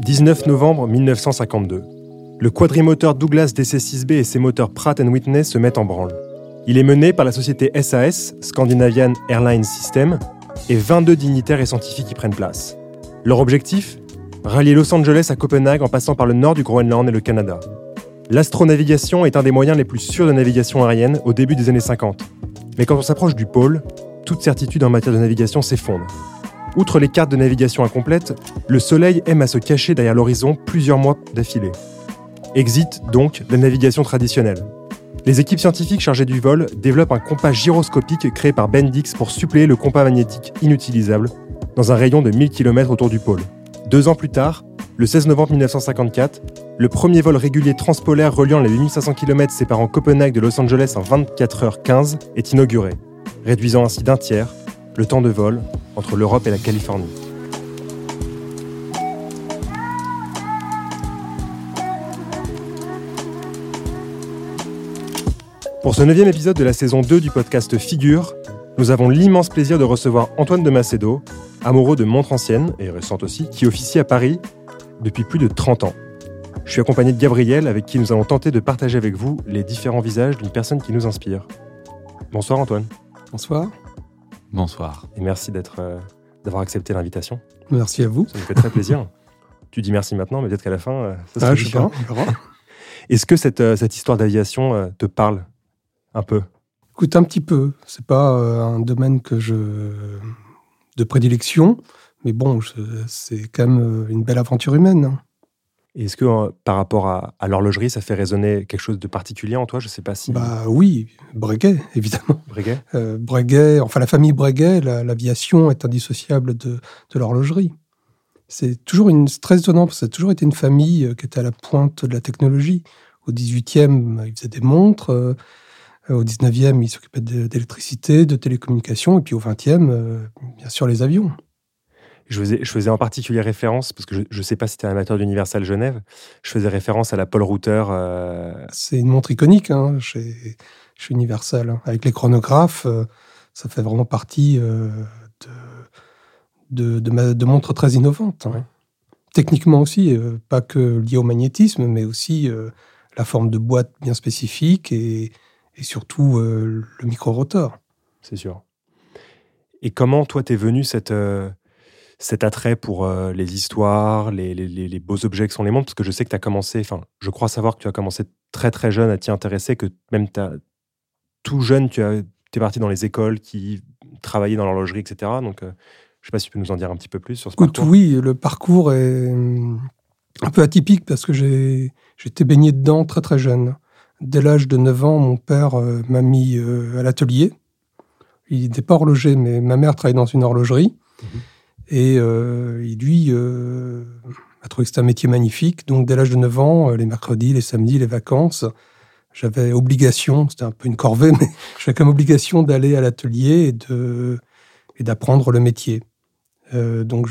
19 novembre 1952. Le quadrimoteur Douglas DC-6B et ses moteurs Pratt & Whitney se mettent en branle. Il est mené par la société SAS, Scandinavian Airlines System, et 22 dignitaires et scientifiques y prennent place. Leur objectif ? Rallier Los Angeles à Copenhague en passant par le nord du Groenland et le Canada. L'astronavigation est un des moyens les plus sûrs de navigation aérienne au début des années 50. Mais quand on s'approche du pôle, toute certitude en matière de navigation s'effondre. Outre les cartes de navigation incomplètes, le Soleil aime à se cacher derrière l'horizon plusieurs mois d'affilée. Exit donc la navigation traditionnelle. Les équipes scientifiques chargées du vol développent un compas gyroscopique créé par Bendix pour suppléer le compas magnétique inutilisable dans un rayon de 1000 km autour du pôle. 2 ans plus tard, le 16 novembre 1954, le premier vol régulier transpolaire reliant les 8500 km séparant Copenhague de Los Angeles en 24h15 est inauguré, réduisant ainsi d'un tiers le temps de vol entre l'Europe et la Californie. Pour ce 9e épisode de la saison 2 du podcast Figure, nous avons l'immense plaisir de recevoir Antoine de Macedo, amoureux de montres anciennes, et récentes aussi, qui officie à Paris depuis plus de 30 ans. Je suis accompagné de Gabriel, avec qui nous allons tenter de partager avec vous les différents visages d'une personne qui nous inspire. Bonsoir Antoine. Bonsoir. Bonsoir. Et merci d'avoir accepté l'invitation. Merci à vous. Ça nous fait très plaisir. Tu dis merci maintenant, mais peut-être qu'à la fin, ça sera différent. Je sais pas. Est-ce que cette histoire d'aviation te parle un peu ? Écoute, un petit peu. C'est pas un domaine de prédilection, mais bon, c'est quand même une belle aventure humaine. Hein. Et est-ce que par rapport à l'horlogerie, ça fait résonner quelque chose de particulier en toi ? Je ne sais pas si... Bah oui, Breguet, évidemment. Breguet ? Breguet, enfin la famille Breguet, l'aviation est indissociable de l'horlogerie. C'est très étonnant, parce que ça a toujours été une famille qui était à la pointe de la technologie. Au 18e, ils faisaient des montres. Au 19e, ils s'occupaient d'électricité, de télécommunications. Et puis au 20e, bien sûr, les avions. Je faisais en particulier référence, parce que je ne sais pas si tu es amateur d'Universal Genève, je faisais référence à la Paul Router. C'est une montre iconique chez Universal. Hein. Avec les chronographes, ça fait vraiment partie de montres très innovantes. Hein. Ouais. Techniquement aussi, pas que lié au magnétisme, mais aussi la forme de boîte bien spécifique et surtout le micro-rotor. C'est sûr. Et comment, toi, t'es venu cet attrait pour les histoires, les beaux objets que sont les montres, parce que je sais que tu as commencé, je crois savoir que tu as commencé très très jeune à t'y intéresser, que même tout jeune, tu es parti dans les écoles qui travaillaient dans l'horlogerie, etc. Donc, je ne sais pas si tu peux nous en dire un petit peu plus sur ce parcours. Oui, le parcours est un peu atypique parce que j'étais baigné dedans très très jeune. Dès l'âge de 9 ans, mon père m'a mis à l'atelier. Il n'était pas horloger, mais ma mère travaillait dans une horlogerie. Mmh. Et lui a trouvé que c'était un métier magnifique. Donc, dès l'âge de 9 ans, les mercredis, les samedis, les vacances, j'avais obligation, c'était un peu une corvée, mais j'avais comme obligation d'aller à l'atelier et d'apprendre le métier. Donc,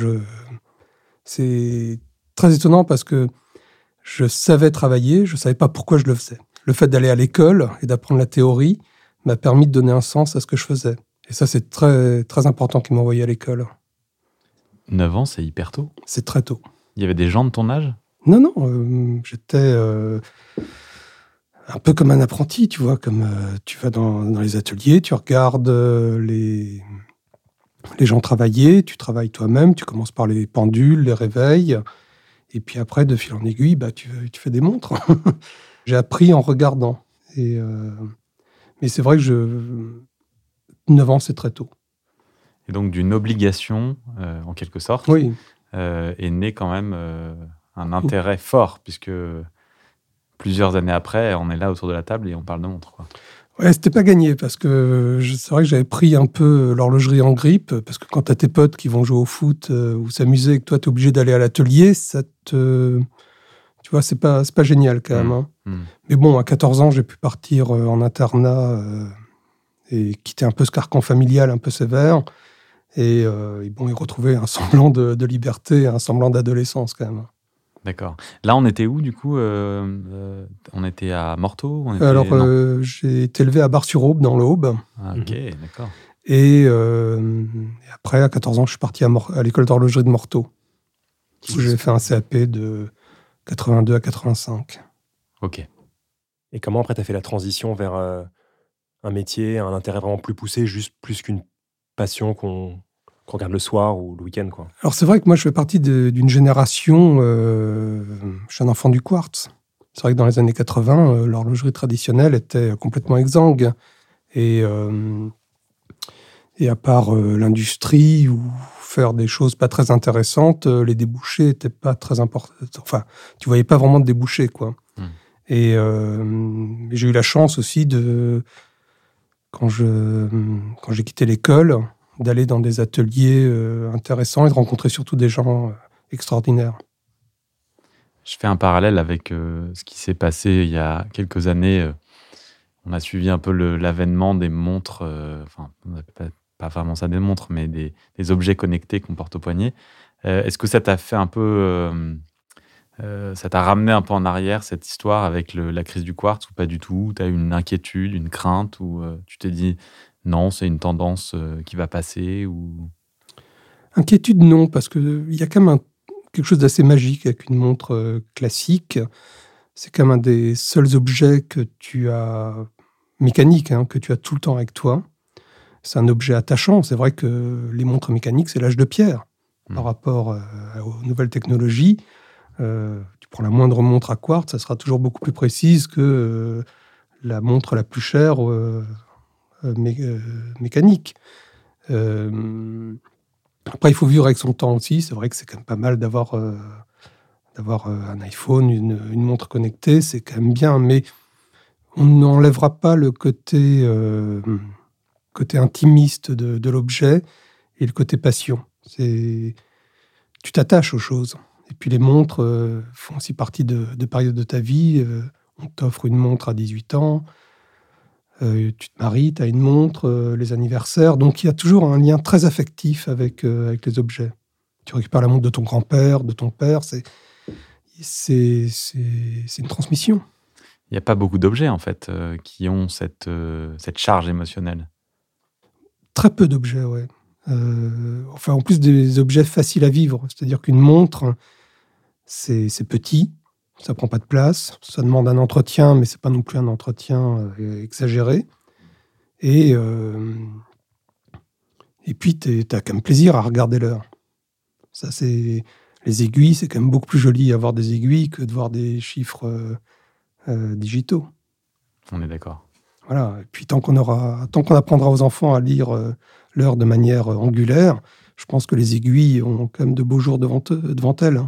c'est très étonnant parce que je savais travailler, je ne savais pas pourquoi je le faisais. Le fait d'aller à l'école et d'apprendre la théorie m'a permis de donner un sens à ce que je faisais. Et ça, c'est très, très important qu'ils m'envoyaient à l'école. 9 ans, c'est hyper tôt. C'est très tôt. Il y avait des gens de ton âge ? Non, j'étais un peu comme un apprenti, tu vois, comme tu vas dans les ateliers, tu regardes les gens travailler, tu travailles toi-même, tu commences par les pendules, les réveils, et puis après, de fil en aiguille, tu fais des montres. J'ai appris en regardant. Mais c'est vrai que 9 ans, c'est très tôt. Et donc, d'une obligation, en quelque sorte, oui. Est né quand même un intérêt fort, puisque plusieurs années après, on est là autour de la table et on parle de montres, quoi. Ouais, c'était pas gagné, parce que c'est vrai que j'avais pris un peu l'horlogerie en grippe, parce que quand t'as tes potes qui vont jouer au foot ou s'amuser et que toi, t'es obligé d'aller à l'atelier, tu vois, c'est pas génial quand même. Hein. Mais bon, à 14 ans, j'ai pu partir en internat et quitter un peu ce carcan familial un peu sévère. Et retrouver un semblant de liberté, un semblant d'adolescence quand même. D'accord. Là, on était où du coup on était à Morteau j'ai été élevé à Bar-sur-Aube, dans l'Aube. Ah, ok, d'accord. Et après, à 14 ans, je suis parti à l'école d'horlogerie de Morteau. où j'ai fait un CAP de 82 à 85. Ok. Et comment après tu as fait la transition vers un métier, un intérêt vraiment plus poussé, juste plus qu'une passion qu'on regarde le soir ou le week-end, quoi? Alors c'est vrai que moi je fais partie d'une génération, je suis un enfant du quartz. C'est vrai que dans les années 80, l'horlogerie traditionnelle était complètement exsangue. Et à part l'industrie ou faire des choses pas très intéressantes, les débouchés n'étaient pas très importants. Enfin, tu voyais pas vraiment de débouchés, quoi. Et j'ai eu la chance aussi quand j'ai quitté l'école, d'aller dans des ateliers intéressants et de rencontrer surtout des gens extraordinaires. Je fais un parallèle avec ce qui s'est passé il y a quelques années. On a suivi un peu l'avènement des montres, on n'appelle pas vraiment ça des montres, mais des objets connectés qu'on porte au poignet. Est-ce que ça t'a fait un peu... ça t'a ramené un peu en arrière, cette histoire, avec la crise du quartz, ou pas du tout? Tu as eu une inquiétude, une crainte, ou tu t'es dit non, c'est une tendance qui va passer, ou... Inquiétude, non, parce qu'il y a quand même quelque chose d'assez magique avec une montre classique. C'est quand même un des seuls objets que tu as, mécanique, que tu as tout le temps avec toi. C'est un objet attachant. C'est vrai que les montres mécaniques, c'est l'âge de pierre par rapport aux nouvelles technologies. Tu prends la moindre montre à quartz, ça sera toujours beaucoup plus précise que la montre la plus chère mécanique. Après, il faut vivre avec son temps aussi. C'est vrai que c'est quand même pas mal d'avoir un iPhone, une montre connectée. C'est quand même bien, mais on n'enlèvera pas le côté intimiste de l'objet et le côté passion. Tu t'attaches aux choses. Et puis les montres font aussi partie de périodes de ta vie. On t'offre une montre à 18 ans, tu te maries, tu as une montre, les anniversaires. Donc il y a toujours un lien très affectif avec les objets. Tu récupères la montre de ton grand-père, de ton père. C'est une transmission. Il n'y a pas beaucoup d'objets, en fait, qui ont cette charge émotionnelle. Très peu d'objets, ouais. En plus des objets faciles à vivre. C'est-à-dire qu'une montre, c'est petit, ça prend pas de place, ça demande un entretien, mais c'est pas non plus un entretien exagéré. Et puis, t'as quand même plaisir à regarder l'heure. Ça, les aiguilles, c'est quand même beaucoup plus joli d'avoir des aiguilles que de voir des chiffres digitaux. On est d'accord. Voilà. Et puis, tant qu'on apprendra aux enfants à lire l'heure de manière angulaire, je pense que les aiguilles ont quand même de beaux jours devant elles.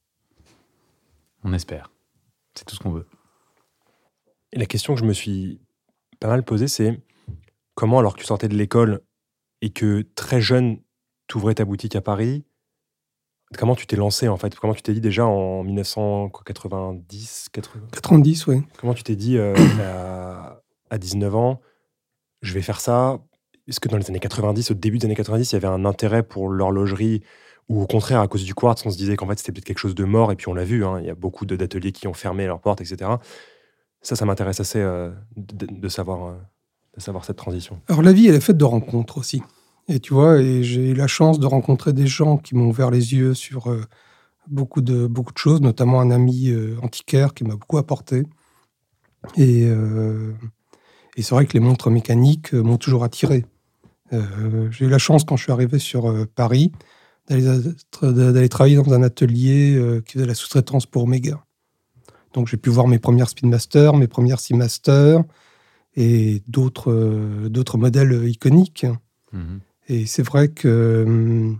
On espère. C'est tout ce qu'on veut. Et la question que je me suis pas mal posée, c'est comment, alors que tu sortais de l'école et que très jeune, tu ouvrais ta boutique à Paris, comment tu t'es lancé, en fait? Comment tu t'es dit déjà en 1990, 90, oui. Comment tu t'es dit à 19 ans, je vais faire ça? Est-ce que dans les années 90, au début des années 90, il y avait un intérêt pour l'horlogerie, ou au contraire, à cause du quartz, on se disait qu'en fait, c'était peut-être quelque chose de mort, et puis on l'a vu, il y a beaucoup d'ateliers qui ont fermé leurs portes, etc. Ça m'intéresse assez de savoir cette transition. Alors, la vie, elle est faite de rencontres aussi. Et tu vois, j'ai eu la chance de rencontrer des gens qui m'ont ouvert les yeux sur beaucoup de choses, notamment un ami antiquaire qui m'a beaucoup apporté. Et c'est vrai que les montres mécaniques m'ont toujours attiré. J'ai eu la chance, quand je suis arrivé sur Paris, d'aller travailler dans un atelier qui faisait la sous-traitance pour Omega. Donc j'ai pu voir mes premières Speedmaster, mes premières Seamaster et d'autres modèles iconiques. Mm-hmm. Et c'est vrai que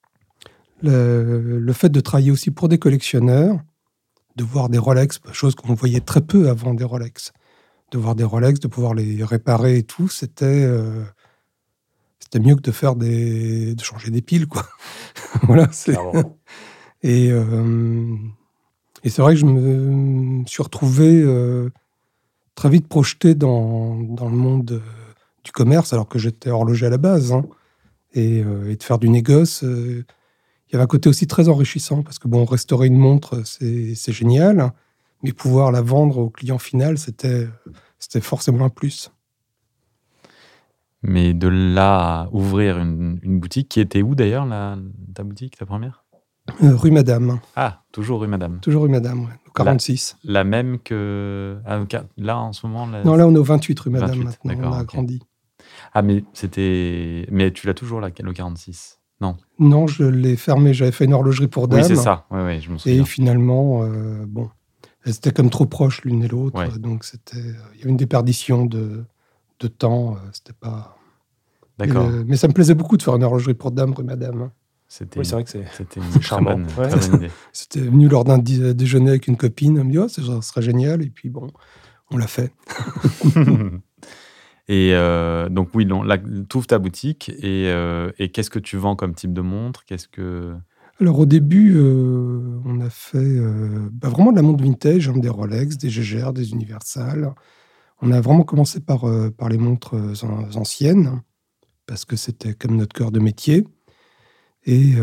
le fait de travailler aussi pour des collectionneurs, de voir des Rolex, chose qu'on voyait très peu avant des Rolex, de voir des Rolex, de pouvoir les réparer et tout, c'était mieux que de changer des piles, quoi. Voilà. Et c'est vrai que je me suis retrouvé très vite projeté dans le monde du commerce, alors que j'étais horloger à la base. Et de faire du négoce, il y avait un côté aussi très enrichissant, parce que restaurer une montre, c'est génial, mais pouvoir la vendre au client final, c'était forcément un plus. Mais de là à ouvrir une boutique, qui était où d'ailleurs, ta boutique, ta première? Rue Madame. Ah, toujours rue Madame. Toujours rue Madame, au 46. La même que... Ah, là, en ce moment... Non, là, on est au 28 rue Madame 28, maintenant. d'accord, On a ok. agrandi. Ah, mais c'était... Mais tu l'as toujours, le 46 ? Non. Non, je l'ai fermé. J'avais fait une horlogerie pour dames. Oui, c'est ça. Oui, je me souviens. Et finalement, elles étaient comme trop proches l'une et l'autre. Ouais. Donc, il y avait une déperdition de temps. C'était pas... D'accord. Mais ça me plaisait beaucoup de faire une horlogerie pour dames rue Madame. C'était c'est vrai que c'était une charmant. très bonne idée. C'était venu lors d'un déjeuner avec une copine. Elle me dit, ça serait génial. Et puis, bon, on l'a fait. Et donc, oui, là, tu ouvres ta boutique et qu'est-ce que tu vends comme type de montre ? Alors, au début, on a fait vraiment de la montre vintage, des Rolex, des Jaeger, des Universal. On a vraiment commencé par les montres anciennes, parce que c'était comme notre cœur de métier. Et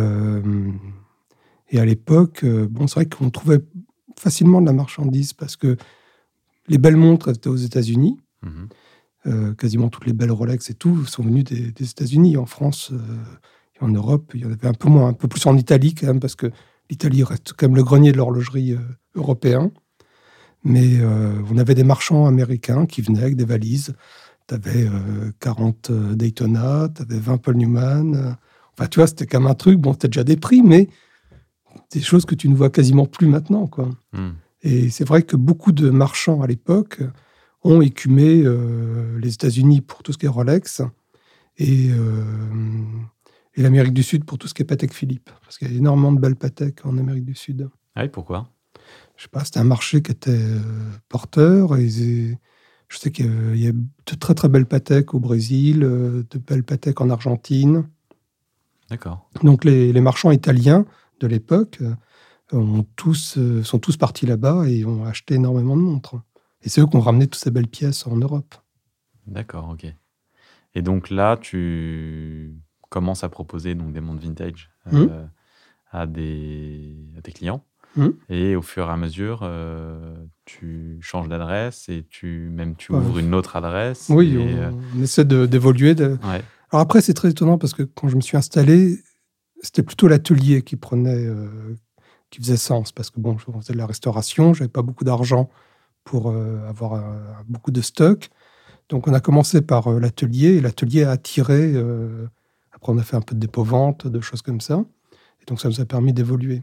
à l'époque, c'est vrai qu'on trouvait facilement de la marchandise, parce que les belles montres étaient aux États-Unis. Quasiment toutes les belles Rolex et tout sont venues des États-Unis. En France et en Europe, il y en avait un peu moins, un peu plus en Italie quand même, parce que l'Italie reste quand même le grenier de l'horlogerie européen. Mais on avait des marchands américains qui venaient avec des valises. Tu avais 40 Daytona, tu avais 20 Paul Newman. Enfin, tu vois, c'était quand même un truc. Bon, c'était déjà des prix, mais des choses que tu ne vois quasiment plus maintenant, quoi. Et c'est vrai que beaucoup de marchands à l'époque ont écumé les États-Unis pour tout ce qui est Rolex et l'Amérique du Sud pour tout ce qui est Patek Philippe. Parce qu'il y a énormément de belles Patek en Amérique du Sud. Ah oui, pourquoi ? Je sais pas, c'était un marché qui était porteur. Et je sais qu'il y a de très très belles Patek au Brésil, de belles Patek en Argentine. D'accord. Donc les marchands italiens de l'époque sont tous partis là-bas et ont acheté énormément de montres. Et c'est eux qui ont ramené toutes ces belles pièces en Europe. D'accord, ok. Et donc là, tu commences à proposer donc, des montres vintage à tes clients. Et au fur et à mesure, tu changes d'adresse et tu ouvres une autre adresse. Oui, on essaie d'évoluer. Ouais. Alors après, c'est très étonnant parce que quand je me suis installé, c'était plutôt l'atelier qui faisait sens. Parce que bon, je faisais de la restauration, je n'avais pas beaucoup d'argent pour avoir beaucoup de stock. Donc, on a commencé par l'atelier, et l'atelier a attiré. Après, on a fait un peu de dépôt-vente, de choses comme ça. Et donc, ça nous a permis d'évoluer.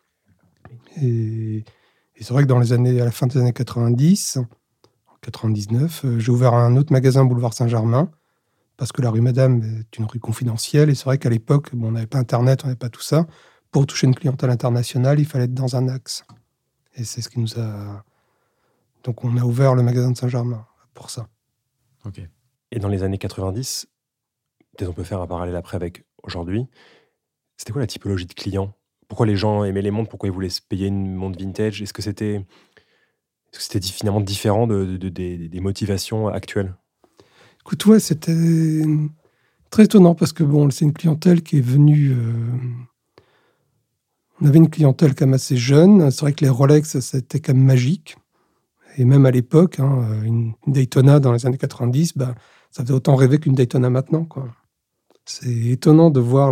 Et c'est vrai que à la fin des années 90, en 99, j'ai ouvert un autre magasin boulevard Saint-Germain, parce que la rue Madame est une rue confidentielle. Et c'est vrai qu'à l'époque, on n'avait pas Internet, on n'avait pas tout ça. Pour toucher une clientèle internationale, il fallait être dans un axe. Et c'est ce qui nous a... Donc, on a ouvert le magasin de Saint-Germain pour ça. Ok. Et dans les années 90, peut-être on peut faire un parallèle après avec aujourd'hui, c'était quoi la typologie de clients ? Pourquoi les gens aimaient les montres ? Pourquoi ils voulaient se payer une montre vintage ? Est-ce que c'était finalement différent des motivations actuelles ? Écoute, ouais, c'était très étonnant parce que bon, c'est une clientèle qui est venue... On avait une clientèle quand même assez jeune. C'est vrai que les Rolex, c'était quand même magique. Et même à l'époque, une Daytona dans les années 90, ça faisait autant rêver qu'une Daytona maintenant, quoi. C'est étonnant de voir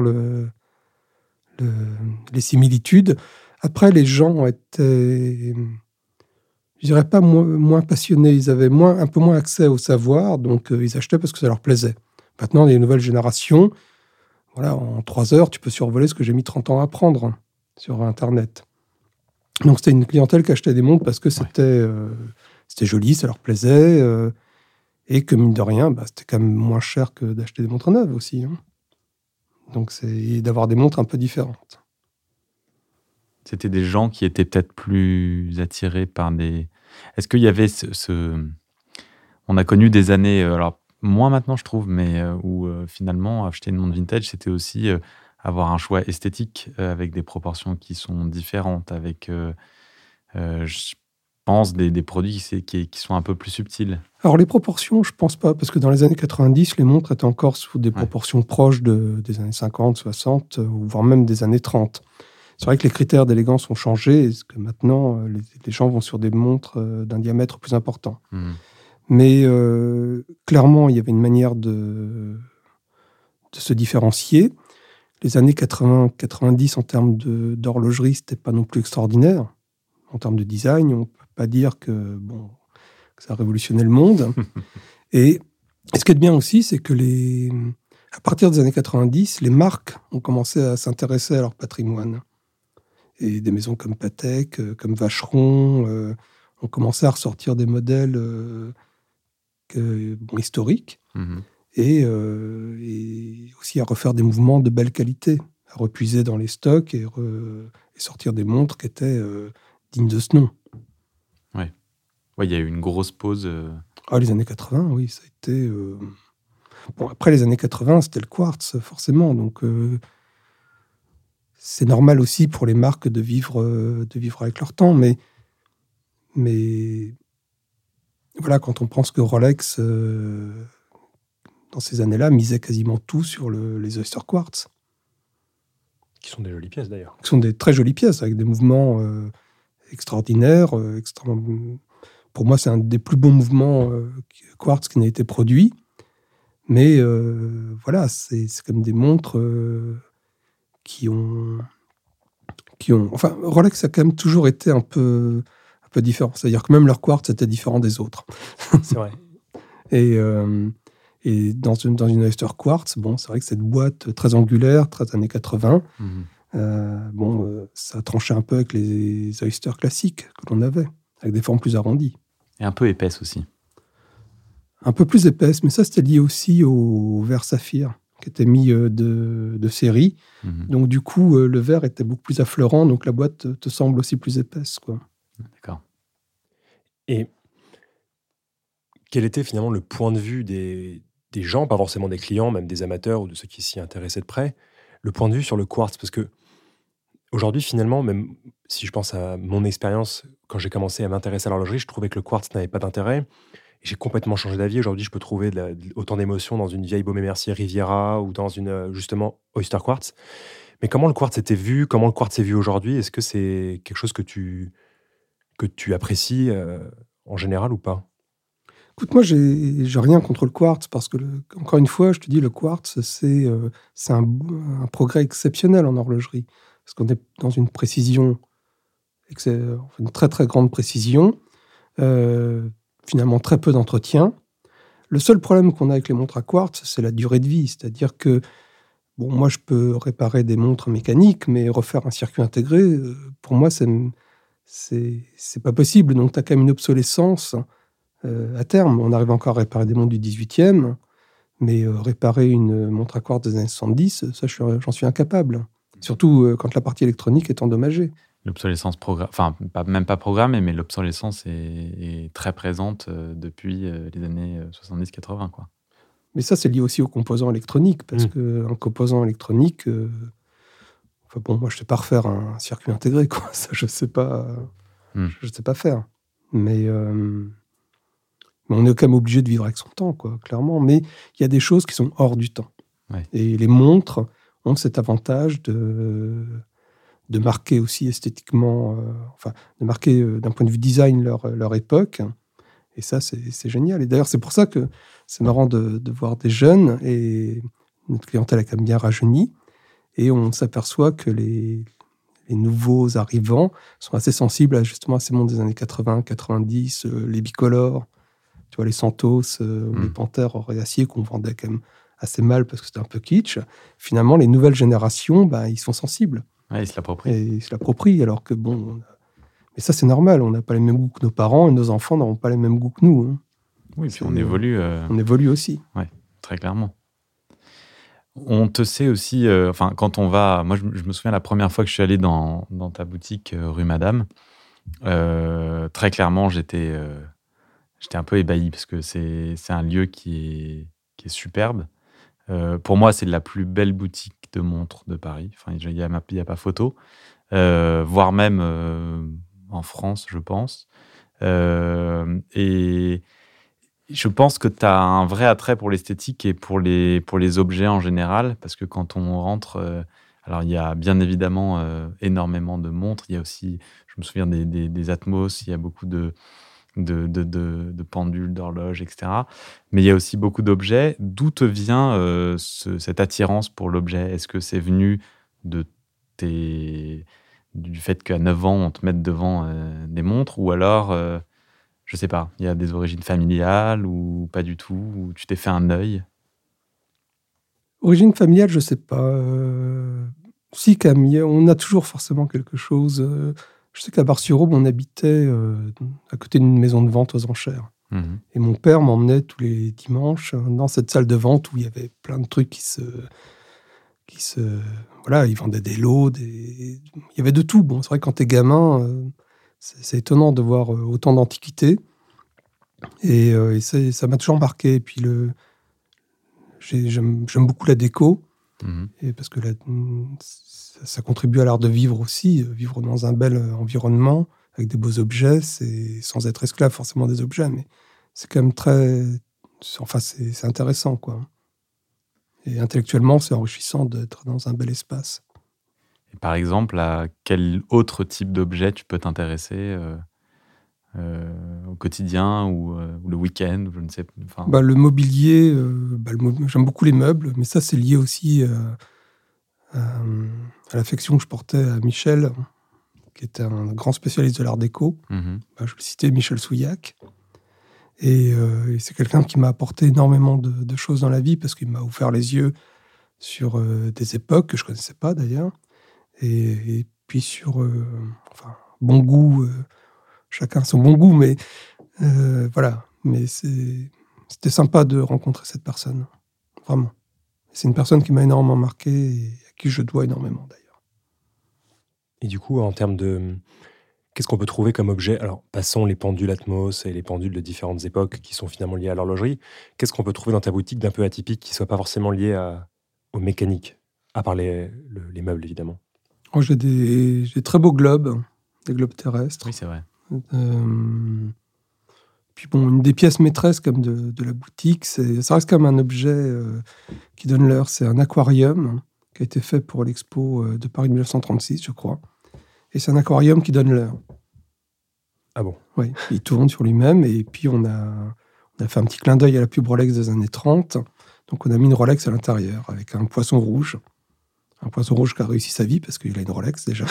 les similitudes. Après, les gens étaient, je dirais pas moins passionnés. Ils avaient un peu moins accès au savoir, donc ils achetaient parce que ça leur plaisait. Maintenant, les nouvelles générations, voilà, en 3 heures, tu peux survoler ce que j'ai mis 30 ans à apprendre sur Internet. Donc, c'était une clientèle qui achetait des montres parce que c'était joli, ça leur plaisait. Et que, mine de rien, c'était quand même moins cher que d'acheter des montres neuves aussi. Donc, c'est d'avoir des montres un peu différentes. C'était des gens qui étaient peut-être plus attirés par des... Est-ce qu'il y avait On a connu des années, alors moins maintenant je trouve, mais où finalement acheter une montre vintage, c'était aussi avoir un choix esthétique avec des proportions qui sont différentes, avec, je pense, des produits qui sont un peu plus subtils. Alors les proportions, je pense pas, parce que dans les années 90, les montres étaient encore sous des proportions proches des années 50, 60, voire même des années 30. C'est vrai que les critères d'élégance ont changé, et que maintenant, les gens vont sur des montres d'un diamètre plus important. Mais clairement, il y avait une manière de se différencier. Les années 80-90, en termes d'horlogerie, c'était pas non plus extraordinaire. En termes de design, on peut pas dire que ça a révolutionné le monde. Et ce qui est bien aussi, c'est que à partir des années 90, les marques ont commencé à s'intéresser à leur patrimoine. Et des maisons comme Patek, comme Vacheron, ont commencé à ressortir des modèles historiques. Mhm. Et aussi à refaire des mouvements de belle qualité, à repuiser dans les stocks et sortir des montres qui étaient dignes de ce nom. Ouais, il y a eu une grosse pause. Les années 80, oui, ça a été... après les années 80, c'était le quartz, forcément. Donc, c'est normal aussi pour les marques de vivre avec leur temps. Mais voilà, quand on pense que Rolex... dans ces années-là, misait quasiment tout sur les Oyster Quartz. Qui sont des jolies pièces, d'ailleurs. Qui sont des très jolies pièces, avec des mouvements extraordinaires. Pour moi, c'est un des plus beaux mouvements quartz qui n'a été produit. Mais voilà, c'est comme des montres qui ont... Enfin, Rolex a quand même toujours été un peu différent. C'est-à-dire que même leur quartz était différent des autres. C'est vrai. Et dans une Oyster Quartz, c'est vrai que cette boîte très angulaire, très années 80, ça tranchait un peu avec les Oyster classiques que l'on avait, avec des formes plus arrondies. Et un peu épaisse aussi. Un peu plus épaisse, mais ça, c'était lié aussi au verre saphir, qui était mis de série. Mhm. Donc, du coup, le verre était beaucoup plus affleurant, donc la boîte te semble aussi plus épaisse, quoi. D'accord. Et quel était finalement le point de vue des gens, pas forcément des clients, même des amateurs ou de ceux qui s'y intéressaient de près, le point de vue sur le quartz? Parce que aujourd'hui, finalement, même si je pense à mon expérience, quand j'ai commencé à m'intéresser à l'horlogerie, je trouvais que le quartz n'avait pas d'intérêt. Et j'ai complètement changé d'avis. Aujourd'hui, je peux trouver autant d'émotions dans une vieille Baume & Mercier Riviera ou dans une, justement, Oyster Quartz. Mais comment le quartz était vu? Comment le quartz est vu aujourd'hui? Est-ce que c'est quelque chose que tu apprécies en général ou pas? Écoute, moi, j'ai rien contre le quartz, parce que, encore une fois, je te dis, le quartz, c'est un progrès exceptionnel en horlogerie. Parce qu'on est dans une précision, une très très grande précision, finalement très peu d'entretien. Le seul problème qu'on a avec les montres à quartz, c'est la durée de vie. C'est-à-dire que, moi, je peux réparer des montres mécaniques, mais refaire un circuit intégré, pour moi, c'est pas possible. Donc, tu as quand même une obsolescence à terme. On arrive encore à réparer des montres du 18e, mais réparer une montre à quartz des années 70, ça, j'en suis incapable. Surtout quand la partie électronique est endommagée. L'obsolescence même pas programmée, mais l'obsolescence est très présente depuis les années 70-80, quoi. Mais ça, c'est lié aussi aux composants électroniques, parce qu'un composant électronique, moi, je sais pas refaire un circuit intégré, quoi. Ça, je sais pas, je sais pas faire. Mais on est quand même obligé de vivre avec son temps, quoi, clairement. Mais il y a des choses qui sont hors du temps. Ouais. Et les montres ont cet avantage de marquer aussi esthétiquement, de marquer d'un point de vue design leur époque. Et ça, c'est génial. Et d'ailleurs, c'est pour ça que c'est marrant de voir des jeunes, et notre clientèle a quand même bien rajeuni. Et on s'aperçoit que les nouveaux arrivants sont assez sensibles justement à ces montres des années 80, 90, les bicolores, tu vois, les Santos, les Panthères or et acier qu'on vendait quand même assez mal parce que c'était un peu kitsch. Finalement, les nouvelles générations, ils sont sensibles. Ouais, ils se l'approprient. Et ils se l'approprient, alors que mais ça, c'est normal. On n'a pas les mêmes goûts que nos parents, et nos enfants n'auront pas les mêmes goûts que nous. Hein. Oui, puis on évolue. On évolue aussi. Oui, très clairement. On te sait aussi, quand on va... Moi, je me souviens la première fois que je suis allé dans ta boutique rue Madame, très clairement, j'étais un peu ébahi, parce que c'est un lieu qui est superbe. Pour moi, c'est la plus belle boutique de montres de Paris. Enfin, il n'y a pas photo. Voire même en France, je pense. Et je pense que tu as un vrai attrait pour l'esthétique et pour les objets en général, parce que quand on rentre... alors, il y a bien évidemment énormément de montres. Il y a aussi, je me souviens, des Atmos. Il y a beaucoup de de pendules, d'horloges, etc. Mais il y a aussi beaucoup d'objets. D'où te vient cette attirance pour l'objet? Est-ce que c'est venu du fait qu'à 9 ans, on te mette devant des montres, ou alors, je sais pas, il y a des origines familiales ou pas du tout, ou tu t'es fait un œil? Origine familiale, je sais pas. Si, Camille, on a toujours forcément quelque chose. Je sais qu'à Bar-sur-Aube, on habitait à côté d'une maison de vente aux enchères. Mhm. Et mon père m'emmenait tous les dimanches dans cette salle de vente où il y avait plein de trucs voilà, ils vendaient des lots, il y avait de tout. Bon, c'est vrai que quand t'es gamin, c'est étonnant de voir autant d'antiquités. Et ça m'a toujours marqué. Et puis j'aime beaucoup la déco, Mhm. et parce que ça contribue à l'art de vivre aussi. Vivre dans un bel environnement, avec des beaux objets, c'est sans être esclave forcément des objets, mais c'est quand même c'est intéressant, quoi. Et intellectuellement, c'est enrichissant d'être dans un bel espace. Et par exemple, à quel autre type d'objet tu peux t'intéresser au quotidien ou le week-end, ou je ne sais. Enfin, Le mobilier, j'aime beaucoup les meubles, mais ça, c'est lié aussi à l'affection que je portais à Michel, qui était un grand spécialiste de l'art déco. mhm. Je le citais, Michel Souillac. Et c'est quelqu'un qui m'a apporté énormément de choses dans la vie, parce qu'il m'a ouvert les yeux sur des époques que je ne connaissais pas d'ailleurs. Et puis sur bon goût, chacun son bon goût, mais voilà. Mais c'était sympa de rencontrer cette personne, vraiment. C'est une personne qui m'a énormément marqué et à qui je dois énormément d'ailleurs. Et du coup, en termes de... Qu'est-ce qu'on peut trouver comme objet? Alors, passons les pendules Atmos et les pendules de différentes époques qui sont finalement liées à l'horlogerie. Qu'est-ce qu'on peut trouver dans ta boutique d'un peu atypique qui ne soit pas forcément lié aux mécaniques, à part les meubles, évidemment? Moi, j'ai des très beaux globes, des globes terrestres. Oui, c'est vrai. Puis bon, une des pièces maîtresses comme de la boutique, ça reste comme un objet qui donne l'heure. C'est un aquarium qui a été fait pour l'expo de Paris 1936, je crois. Et c'est un aquarium qui donne l'heure. Ah bon? Oui, il tourne sur lui-même. Et puis on a fait un petit clin d'œil à la pub Rolex des années 30. Donc on a mis une Rolex à l'intérieur avec un poisson rouge. Un poisson rouge qui a réussi sa vie parce qu'il a une Rolex déjà.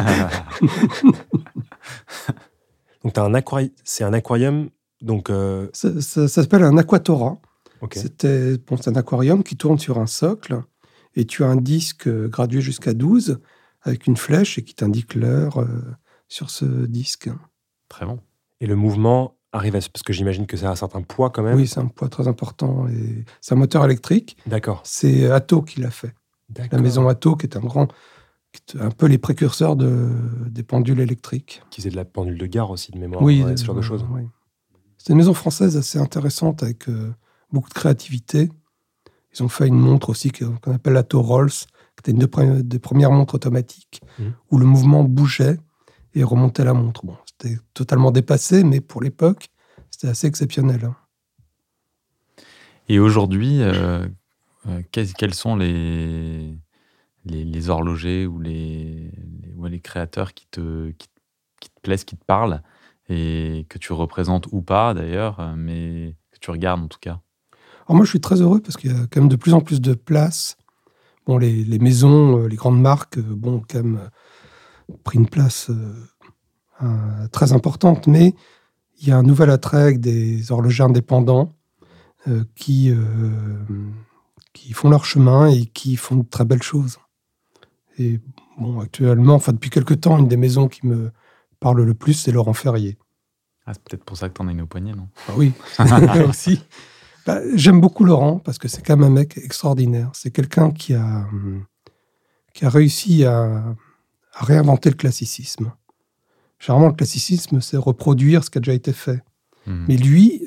Donc c'est un aquarium. Donc Ça s'appelle un aquatora. okay. C'est un aquarium qui tourne sur un socle et tu as un disque gradué jusqu'à 12 avec une flèche et qui t'indique l'heure sur ce disque. Très bon. Et le mouvement arrive parce que j'imagine que ça a un certain poids quand même. Oui, c'est un poids très important et c'est un moteur électrique. D'accord. C'est Atto qui l'a fait. D'accord. La maison Atto qui est un peu les précurseurs des pendules électriques. Qui faisait de la pendule de gare aussi, de mémoire. Oui, Ce genre de choses. Oui. C'est une maison française assez intéressante avec beaucoup de créativité. Ils ont fait une montre aussi qu'on appelle la Rolls, qui était une des premières montres automatiques, où le mouvement bougeait et remontait la montre. Bon, c'était totalement dépassé, mais pour l'époque, c'était assez exceptionnel. Hein. Et aujourd'hui, quels sont les horlogers ou les créateurs qui te plaisent, qui te parlent, et que tu représentes ou pas d'ailleurs, mais que tu regardes en tout cas? Alors moi, je suis très heureux parce qu'il y a quand même de plus en plus de place. Bon, les maisons, les grandes marques, ont quand même pris une place très importante, mais il y a un nouvel attrait avec des horlogers indépendants qui font leur chemin et qui font de très belles choses. Et bon, actuellement, depuis quelque temps, une des maisons qui me parle le plus, c'est Laurent Ferrier. Ah, c'est peut-être pour ça que tu en as une au poignet, non? Ah oui, aussi. J'aime beaucoup Laurent parce que c'est quand même un mec extraordinaire. C'est quelqu'un qui a réussi à réinventer le classicisme. Généralement, le classicisme, c'est reproduire ce qui a déjà été fait. Mais lui,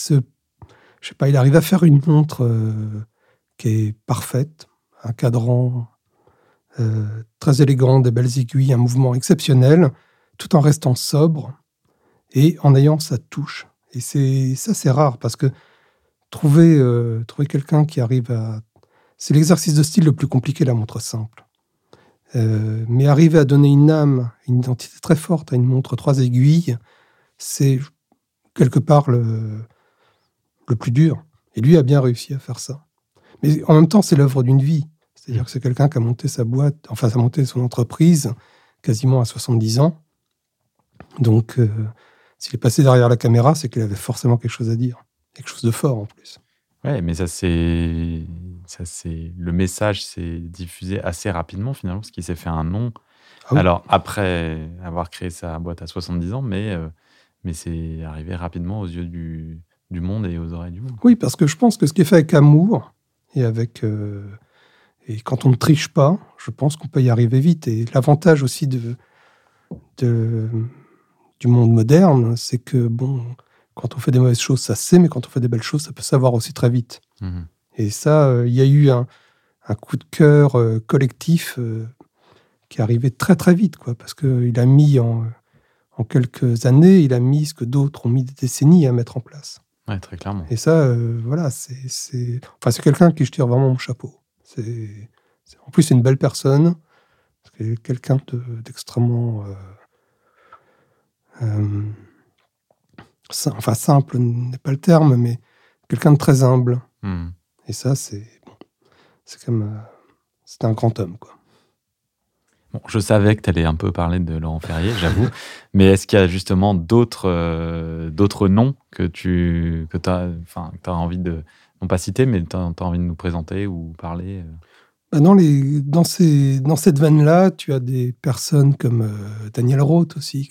il arrive à faire une montre qui est parfaite, un cadran très élégant, des belles aiguilles, un mouvement exceptionnel, tout en restant sobre et en ayant sa touche. Et c'est rare parce que trouver quelqu'un qui arrive à... C'est l'exercice de style le plus compliqué, la montre simple. Mais arriver à donner une âme, une identité très forte à une montre 3 aiguilles, c'est quelque part le plus dur. Et lui a bien réussi à faire ça. Mais en même temps, c'est l'œuvre d'une vie. C'est-à-dire que c'est quelqu'un qui a monté sa boîte, enfin, a monté son entreprise quasiment à 70 ans. Donc, s'il est passé derrière la caméra, c'est qu'il avait forcément quelque chose à dire. Quelque chose de fort, en plus. Ouais, mais le message s'est diffusé assez rapidement, finalement, parce qu'il s'est fait un nom. Ah oui. Alors, après avoir créé sa boîte à 70 ans, mais c'est arrivé rapidement aux yeux du monde et aux oreilles du monde. Oui, parce que je pense que ce qui est fait avec amour et et quand on ne triche pas, je pense qu'on peut y arriver vite. Et l'avantage aussi du monde moderne, c'est que, quand on fait des mauvaises choses, ça se sait, mais quand on fait des belles choses, ça peut savoir aussi très vite. Mmh. Et ça, il y a eu un coup de cœur collectif qui est arrivé très très vite, quoi, parce qu'il a mis en quelques années, il a mis ce que d'autres ont mis des décennies à mettre en place. Ouais, très clairement. Et ça, voilà, c'est quelqu'un à qui je tire vraiment mon chapeau. En plus, c'est une belle personne. C'est quelqu'un d'extrêmement... simple n'est pas le terme, mais quelqu'un de très humble. Mmh. Et ça, c'est comme... c'est un grand homme, quoi. Bon, je savais que tu allais un peu parler de Laurent Ferrier, j'avoue. Mais est-ce qu'il y a justement d'autres noms que tu as envie de, non pas citer, mais tu as envie de nous présenter ou parler Dans cette veine-là, tu as des personnes comme Daniel Roth aussi,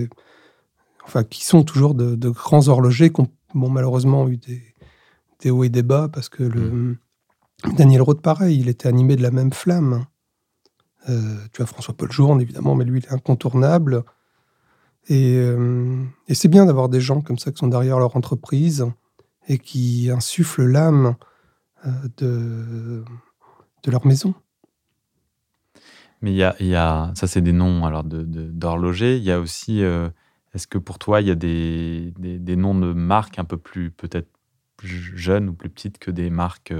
qui sont toujours de grands horlogers qui ont malheureusement eu des hauts et des bas, parce que Daniel Roth, pareil, il était animé de la même flamme. Tu as François-Paul Journe, évidemment, mais lui, il est incontournable. Et c'est bien d'avoir des gens comme ça qui sont derrière leur entreprise et qui insufflent l'âme de leur maison. Mais il y a ça, c'est des noms alors d'horlogers. Il y a aussi, est-ce que pour toi, il y a des noms de marques un peu plus peut-être plus jeunes ou plus petites que des marques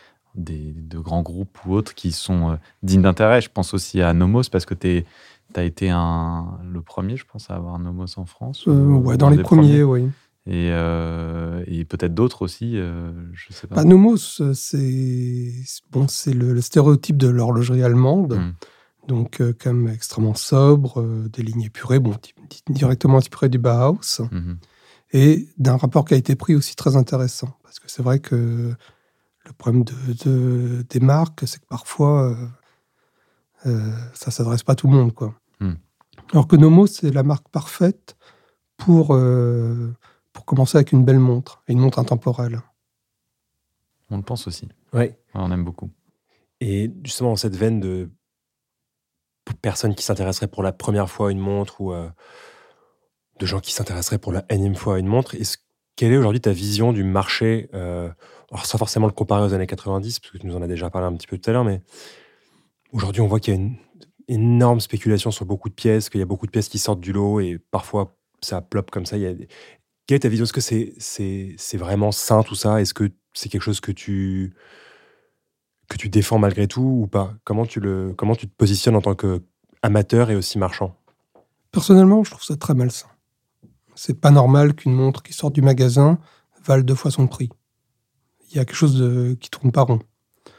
de grands groupes ou autres qui sont dignes d'intérêt? Je pense aussi à Nomos, parce que tu as été le premier, je pense, à avoir Nomos en France. Ouais, dans les premiers, oui. Et peut-être d'autres aussi, je sais pas. Nomos, c'est le stéréotype de l'horlogerie allemande. Donc, comme extrêmement sobre, des lignes épurées, directement inspirées du Bauhaus, et d'un rapport qualité-prix aussi très intéressant. Parce que c'est vrai que le problème des marques, c'est que parfois, ça ne s'adresse pas à tout le monde, quoi. Alors que Nomos, c'est la marque parfaite pour commencer avec une belle montre, et une montre intemporelle. On le pense aussi. Ouais. On aime beaucoup. Et justement, dans cette veine de personnes qui s'intéresseraient pour la première fois à une montre, ou de gens qui s'intéresseraient pour la énième fois à une montre, quelle est aujourd'hui ta vision du marché, alors sans forcément le comparer aux années 90, parce que tu nous en as déjà parlé un petit peu tout à l'heure, mais aujourd'hui on voit qu'il y a une énorme spéculation sur beaucoup de pièces, qu'il y a beaucoup de pièces qui sortent du lot, et parfois ça plop comme ça. Quelle est ta vision? Est-ce que c'est vraiment sain tout ça? Est-ce que c'est quelque chose que tu défends malgré tout ou pas? Comment tu te positionnes en tant qu'amateur et aussi marchand? Personnellement, je trouve ça très malsain. C'est pas normal qu'une montre qui sort du magasin vale 2 fois son prix. Il y a quelque chose qui tourne pas rond.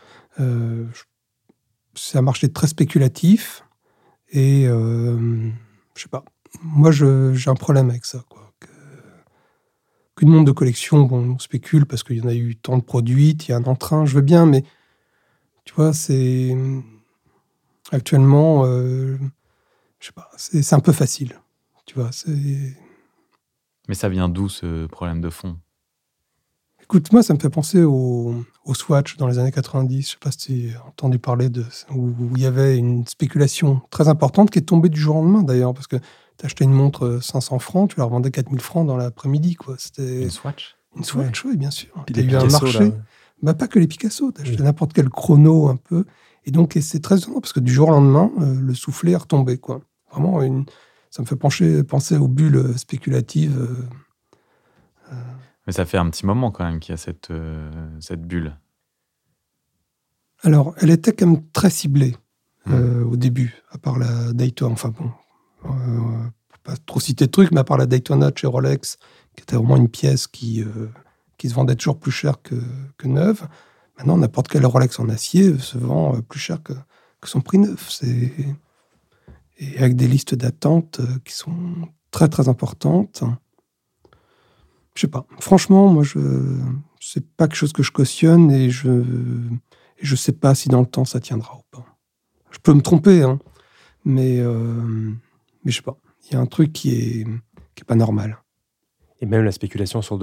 C'est un marché très spéculatif et je sais pas. Moi, j'ai un problème avec ça, quoi. Qu'une montre de collection, on spécule parce qu'il y en a eu tant de produits, il y a un entrain, je veux bien, mais tu vois, c'est actuellement, je sais pas, c'est un peu facile. Tu vois, Mais ça vient d'où, ce problème de fond? Écoute, moi, ça me fait penser au Swatch dans les années 90. Je sais pas si tu as entendu parler où il y avait une spéculation très importante qui est tombée du jour au lendemain, d'ailleurs, parce que tu achetais une montre 500 francs, tu la revendais 4000 francs dans l'après-midi, quoi. C'était Une Swatch? une Swatch, oui, bien sûr. Puis Il y a eu un Picasso, marché. là. Pas que les Picasso, tu achetais n'importe quel chrono un peu. Et donc, c'est très étonnant, parce que du jour au lendemain, le soufflet est retombé, quoi. Vraiment, ça me fait penser aux bulles spéculatives. Mais ça fait un petit moment quand même qu'il y a cette bulle. Alors, elle était quand même très ciblée au début, à part la Daytona. Enfin bon, pour pas trop citer de trucs, mais à part la Daytona chez Rolex, qui était vraiment une pièce qui se vendait toujours plus cher que neuve. Maintenant, n'importe quel Rolex en acier se vend plus cher que son prix neuf. Et avec des listes d'attente qui sont très, très importantes. Je sais pas. Franchement, moi, c'est pas quelque chose que je cautionne et je sais pas si dans le temps ça tiendra ou pas. Je peux me tromper, hein, mais je sais pas. Il y a un truc qui est pas normal. Et même la spéculation sur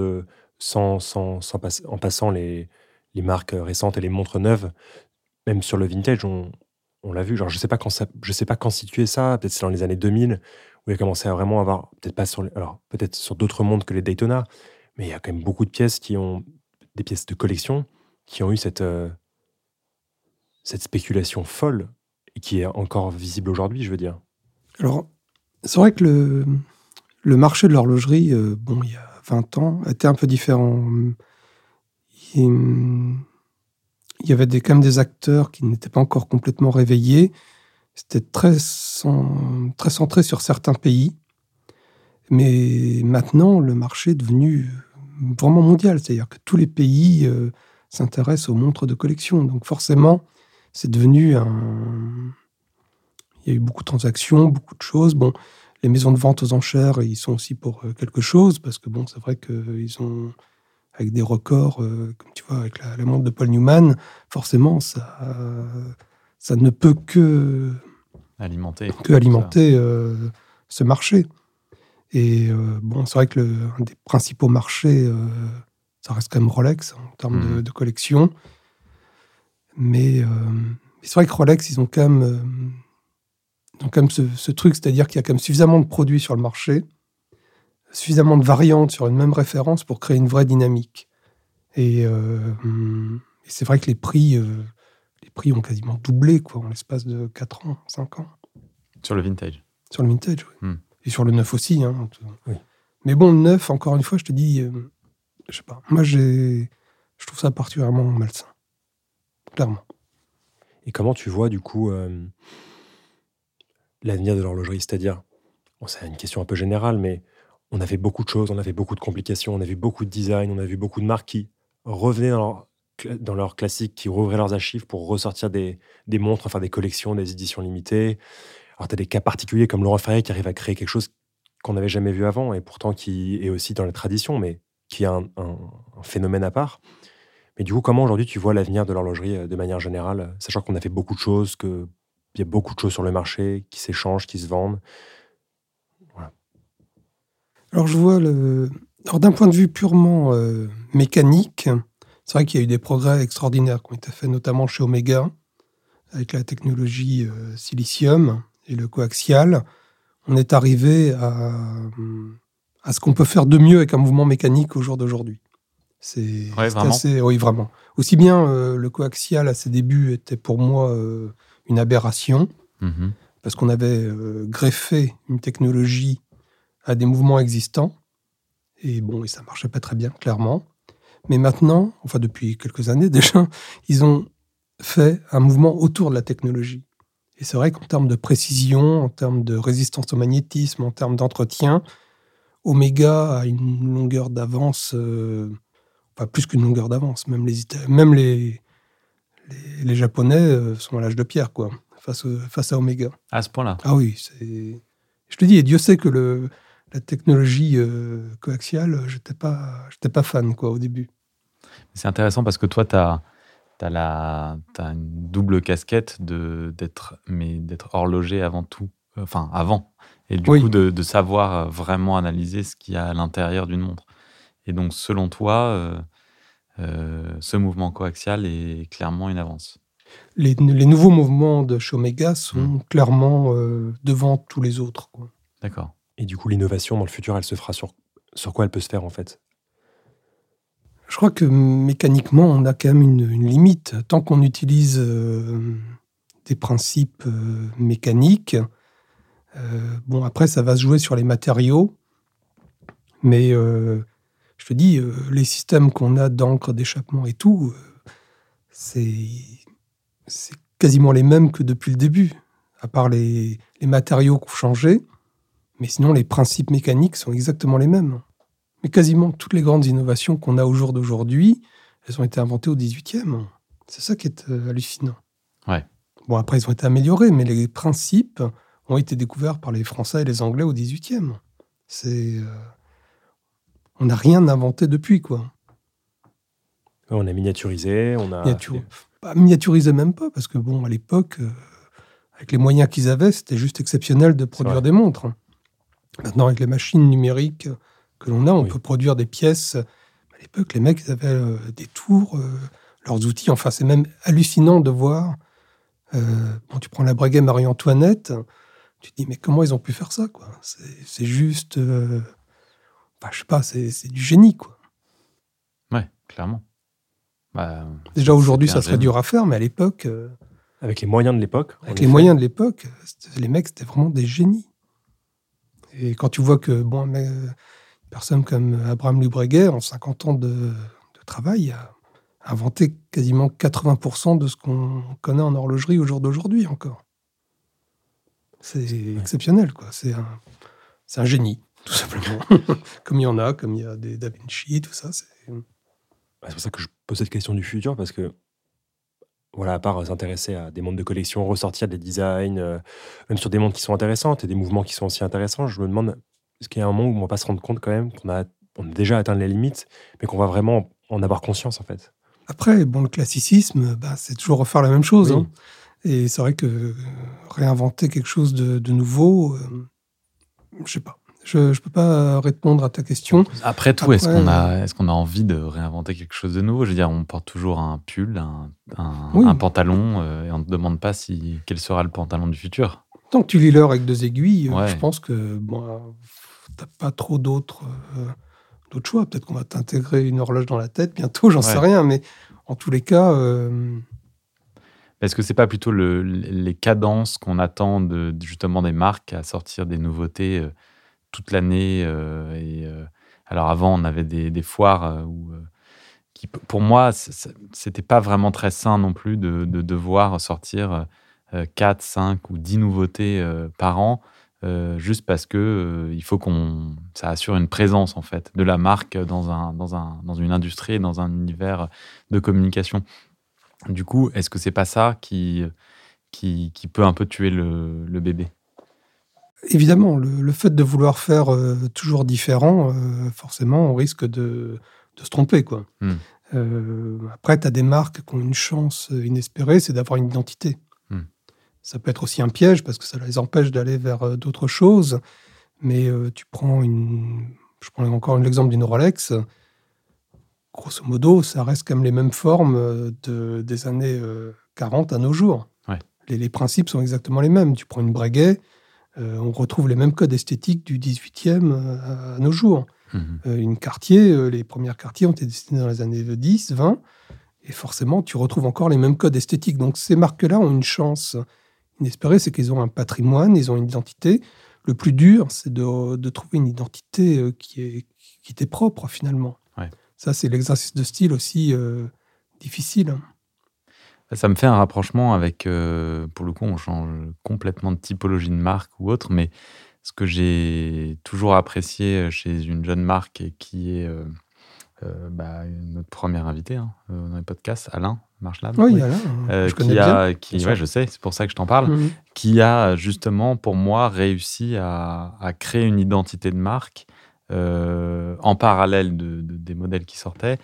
en passant les marques récentes et les montres neuves, même sur le vintage, on l'a vu. Genre, je sais pas quand situer ça. Peut-être c'est dans les années 2000 où il a commencé à vraiment avoir, peut-être sur d'autres montres que les Daytona, mais il y a quand même beaucoup de pièces des pièces de collection qui ont eu cette spéculation folle et qui est encore visible aujourd'hui, je veux dire. Alors, c'est vrai que le marché de l'horlogerie, il y a 20 ans, était un peu différent. Il y avait quand même des acteurs qui n'étaient pas encore complètement réveillés. C'était très centré sur certains pays. Mais maintenant, le marché est devenu vraiment mondial. C'est-à-dire que tous les pays s'intéressent aux montres de collection. Donc forcément, c'est devenu Il y a eu beaucoup de transactions, beaucoup de choses. Bon, les maisons de vente aux enchères, ils sont aussi pour quelque chose, parce que bon, c'est vrai qu'ils ont, avec des records, comme tu vois, avec la montre de Paul Newman, forcément, ça ne peut que alimenter ce marché. Et c'est vrai que un des principaux marchés, ça reste quand même Rolex en termes de collection. Mais c'est vrai que Rolex, ils ont quand même ce truc, c'est-à-dire qu'il y a quand même suffisamment de produits sur le marché, suffisamment de variantes sur une même référence pour créer une vraie dynamique. Et c'est vrai que les prix ont quasiment doublé en l'espace de 4 ans, 5 ans. Sur le vintage. Sur le vintage, oui. Et sur le neuf aussi. Hein. Oui. Mais bon, le neuf, encore une fois, je te dis, je sais pas. Moi, je trouve ça particulièrement malsain. Clairement. Et comment tu vois, du coup, l'avenir de l'horlogerie? C'est-à-dire, c'est une question un peu générale, mais on avait beaucoup de choses, on avait beaucoup de complications, on a vu beaucoup de design, on a vu beaucoup de marques qui revenaient dans leur classique, qui rouvraient leurs archives pour ressortir des montres, enfin des collections, des éditions limitées. Alors, tu as des cas particuliers comme Laurent Ferrier qui arrive à créer quelque chose qu'on n'avait jamais vu avant et pourtant qui est aussi dans la tradition, mais qui est un phénomène à part. Mais du coup, comment aujourd'hui tu vois l'avenir de l'horlogerie de manière générale, sachant qu'on a fait beaucoup de choses, qu'il y a beaucoup de choses sur le marché qui s'échangent, qui se vendent? Voilà. Alors, je vois Alors, d'un point de vue purement mécanique, c'est vrai qu'il y a eu des progrès extraordinaires qui ont été faits, notamment chez Omega, avec la technologie silicium et le coaxial. On est arrivé à ce qu'on peut faire de mieux avec un mouvement mécanique au jour d'aujourd'hui. Vraiment. Oui, vraiment. Aussi bien le coaxial à ses débuts était pour moi une aberration, parce qu'on avait greffé une technologie à des mouvements existants, et ça marchait pas très bien, clairement. Mais maintenant, enfin depuis quelques années déjà, ils ont fait un mouvement autour de la technologie. Et c'est vrai qu'en termes de précision, en termes de résistance au magnétisme, en termes d'entretien, Omega a une longueur d'avance, plus qu'une longueur d'avance. Même les Japonais sont à l'âge de pierre, face à Omega. À ce point-là. Ah oui, je te dis, et Dieu sait que la technologie coaxiale, j'étais pas fan, au début. C'est intéressant parce que toi, t'as une double casquette d'être horloger avant tout, avant, et du coup de savoir vraiment analyser ce qu'il y a à l'intérieur d'une montre. Et donc, selon toi, ce mouvement coaxial est clairement une avance. Les nouveaux mouvements de chez Omega sont clairement devant tous les autres. D'accord. Et du coup, l'innovation dans le futur, elle se fera sur quoi elle peut se faire en fait? Je crois que mécaniquement, on a quand même une limite. Tant qu'on utilise des principes mécaniques, après, ça va se jouer sur les matériaux. Mais je te dis, les systèmes qu'on a d'encre, d'échappement et tout, c'est quasiment les mêmes que depuis le début, à part les matériaux qui ont changé. Mais sinon, les principes mécaniques sont exactement les mêmes. Mais quasiment toutes les grandes innovations qu'on a au jour d'aujourd'hui, elles ont été inventées au 18e. C'est ça qui est hallucinant. Ouais. Bon, après, ils ont été améliorés, mais les principes ont été découverts par les Français et les Anglais au 18e. On n'a rien inventé depuis, quoi. On a miniaturisé, on a... Miniaturisé même pas, parce que bon, à l'époque, avec les moyens qu'ils avaient, c'était juste exceptionnel de produire des montres. Maintenant, avec les machines numériques que l'on a, on peut produire des pièces. À l'époque, les mecs, ils avaient des tours, leurs outils. Enfin, c'est même hallucinant de voir. Tu prends la Breguet Marie-Antoinette, tu te dis, mais comment ils ont pu faire ça, quoi? C'est juste... je sais pas, c'est du génie, quoi. Ouais, clairement. Déjà, aujourd'hui, ça serait dur à faire, mais à l'époque... avec les moyens de l'époque. Moyens de l'époque, les mecs, c'était vraiment des génies. Et quand tu vois que une personne comme Abraham Louis Breguet, en 50 ans de travail, a inventé quasiment 80% de ce qu'on connaît en horlogerie au jour d'aujourd'hui encore. C'est exceptionnel, quoi. C'est un génie, tout simplement. Comme il y en a, comme il y a des Da Vinci, tout ça. C'est pour ça que je pose cette question du futur, parce que à part s'intéresser à des montres de collection, ressortir des designs, même sur des montres qui sont intéressantes et des mouvements qui sont aussi intéressants, je me demande, est-ce qu'il y a un moment où on va pas se rendre compte quand même qu'on a déjà atteint les limites, mais qu'on va vraiment en avoir conscience, en fait. Après, le classicisme, c'est toujours refaire la même chose. Oui. Hein. Et c'est vrai que réinventer quelque chose de nouveau, je sais pas. Je ne peux pas répondre à ta question. Après tout, est-ce qu'on a envie de réinventer quelque chose de nouveau? Je veux dire, on porte toujours un pull, un pantalon, et on ne te demande pas quel sera le pantalon du futur. Tant que tu lis l'heure avec 2 aiguilles, je pense que tu n'as pas trop d'autres choix. Peut-être qu'on va t'intégrer une horloge dans la tête bientôt, j'en sais rien. Mais en tous les cas... Est-ce que ce n'est pas plutôt les cadences qu'on attend justement des marques à sortir des nouveautés toute l'année alors avant, on avait des foires qui, pour moi, c'était pas vraiment très sain non plus de devoir sortir 4, 5 ou 10 nouveautés par an, juste parce que il faut ça assure une présence en fait de la marque dans une industrie et dans un univers de communication. Du coup, est-ce que c'est pas ça qui peut un peu tuer le bébé? Évidemment, le fait de vouloir faire toujours différent, forcément, on risque de se tromper, quoi. Après, tu as des marques qui ont une chance inespérée, c'est d'avoir une identité. Ça peut être aussi un piège, parce que ça les empêche d'aller vers d'autres choses. Mais je prends encore l'exemple d'une Rolex. Grosso modo, ça reste quand même les mêmes formes des années 40 à nos jours. Ouais. Les principes sont exactement les mêmes. Tu prends une Breguet, on retrouve les mêmes codes esthétiques du 18e à nos jours. Une Cartier, les premières Cartier ont été destinées dans les années 10, 20, et forcément, tu retrouves encore les mêmes codes esthétiques. Donc, ces marques-là ont une chance inespérée, c'est qu'ils ont un patrimoine, ils ont une identité. Le plus dur, c'est de trouver une identité qui t'est propre, finalement. Ouais. Ça, c'est l'exercice de style aussi difficile. Ça me fait un rapprochement avec, pour le coup, on change complètement de typologie de marque ou autre, mais ce que j'ai toujours apprécié chez une jeune marque et qui est notre premier invité dans les podcasts, Alain Marchlab. Oui, Alain, je connais bien. Je sais, c'est pour ça que je t'en parle, qui a justement, pour moi, réussi à créer une identité de marque en parallèle des modèles qui sortaient,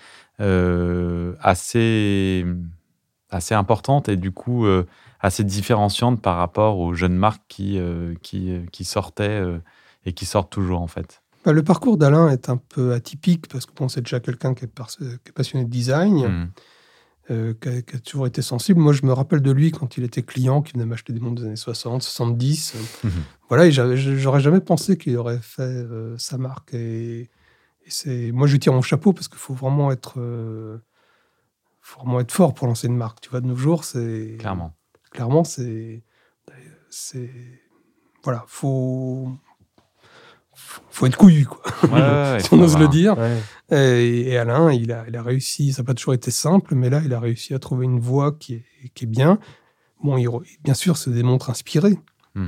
assez importante et du coup assez différenciante par rapport aux jeunes marques qui sortaient et qui sortent toujours en fait. Le parcours d'Alain est un peu atypique parce que c'est déjà quelqu'un qui est passionné de design, qui a toujours été sensible. Moi, je me rappelle de lui quand il était client, qui venait m'acheter des montres des années 60, 70. Voilà, et j'aurais jamais pensé qu'il aurait fait sa marque. Moi, je lui tire mon chapeau parce qu'il faut vraiment être fort pour lancer une marque. Tu vois, de nos jours, c'est... Clairement, c'est... Voilà, faut être couillu, quoi. Si on ose le dire. Ouais. Et Alain, il a réussi, ça n'a pas toujours été simple, mais là, il a réussi à trouver une voie qui est bien. Bon, bien sûr, c'est des montres inspirées.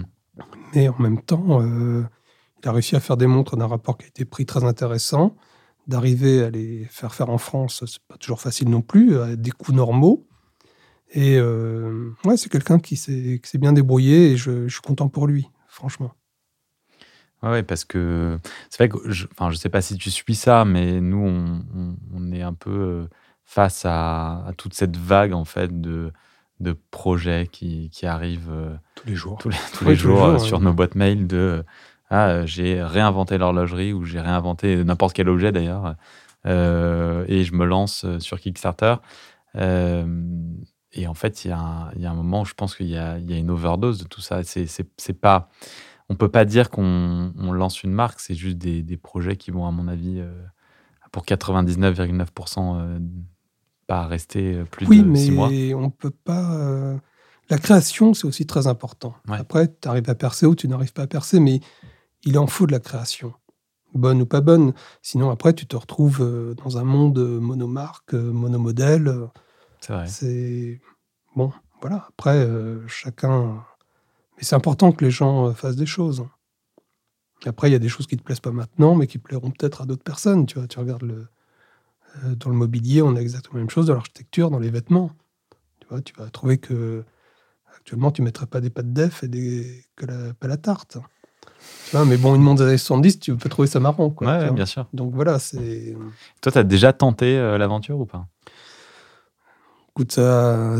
Mais en même temps, il a réussi à faire des montres d'un rapport qui a été prix très intéressant, d'arriver à les faire en France, c'est pas toujours facile non plus, à des coûts normaux. Et ouais, c'est quelqu'un qui s'est bien débrouillé et je suis content pour lui, franchement. Ouais, parce que c'est vrai que je sais pas si tu suis ça, mais nous, on est un peu face à toute cette vague, en fait, de projets qui arrivent Tous les jours. tous les Oui, tous les jours jours, sur ouais. nos boîtes mail j'ai réinventé l'horlogerie ou j'ai réinventé n'importe quel objet d'ailleurs et je me lance sur Kickstarter. Et en fait, il y a un moment où je pense qu'il y a une overdose de tout ça. C'est pas, on peut pas dire qu'on lance une marque, c'est juste des projets qui vont, à mon avis, pour 99,9%, pas rester plus Oui, de 6 mois. mais on peut pas. La création, c'est aussi très important. Ouais. Après, tu arrives à percer ou tu n'arrives pas à percer, mais il en faut de la création, bonne ou pas bonne. Sinon, après, tu te retrouves dans un monde monomarque, monomodèle. C'est vrai. C'est bon, voilà. Après, chacun. Mais c'est important que les gens fassent des choses. Après, il y a des choses qui te plaisent pas maintenant, mais qui plairont peut-être à d'autres personnes. Tu vois, tu regardes dans le mobilier, on a exactement la même chose, dans l'architecture, dans les vêtements. Tu vois, tu vas trouver que actuellement, tu mettrais pas des pâtes d'œuf et pas la tarte. Tu vois, mais bon, une montre des années 70, tu peux trouver ça marrant, quoi. Ouais, Tu ouais, vois. bien sûr. Donc voilà, c'est. Toi, tu as déjà tenté l'aventure ou pas? Écoute, ça.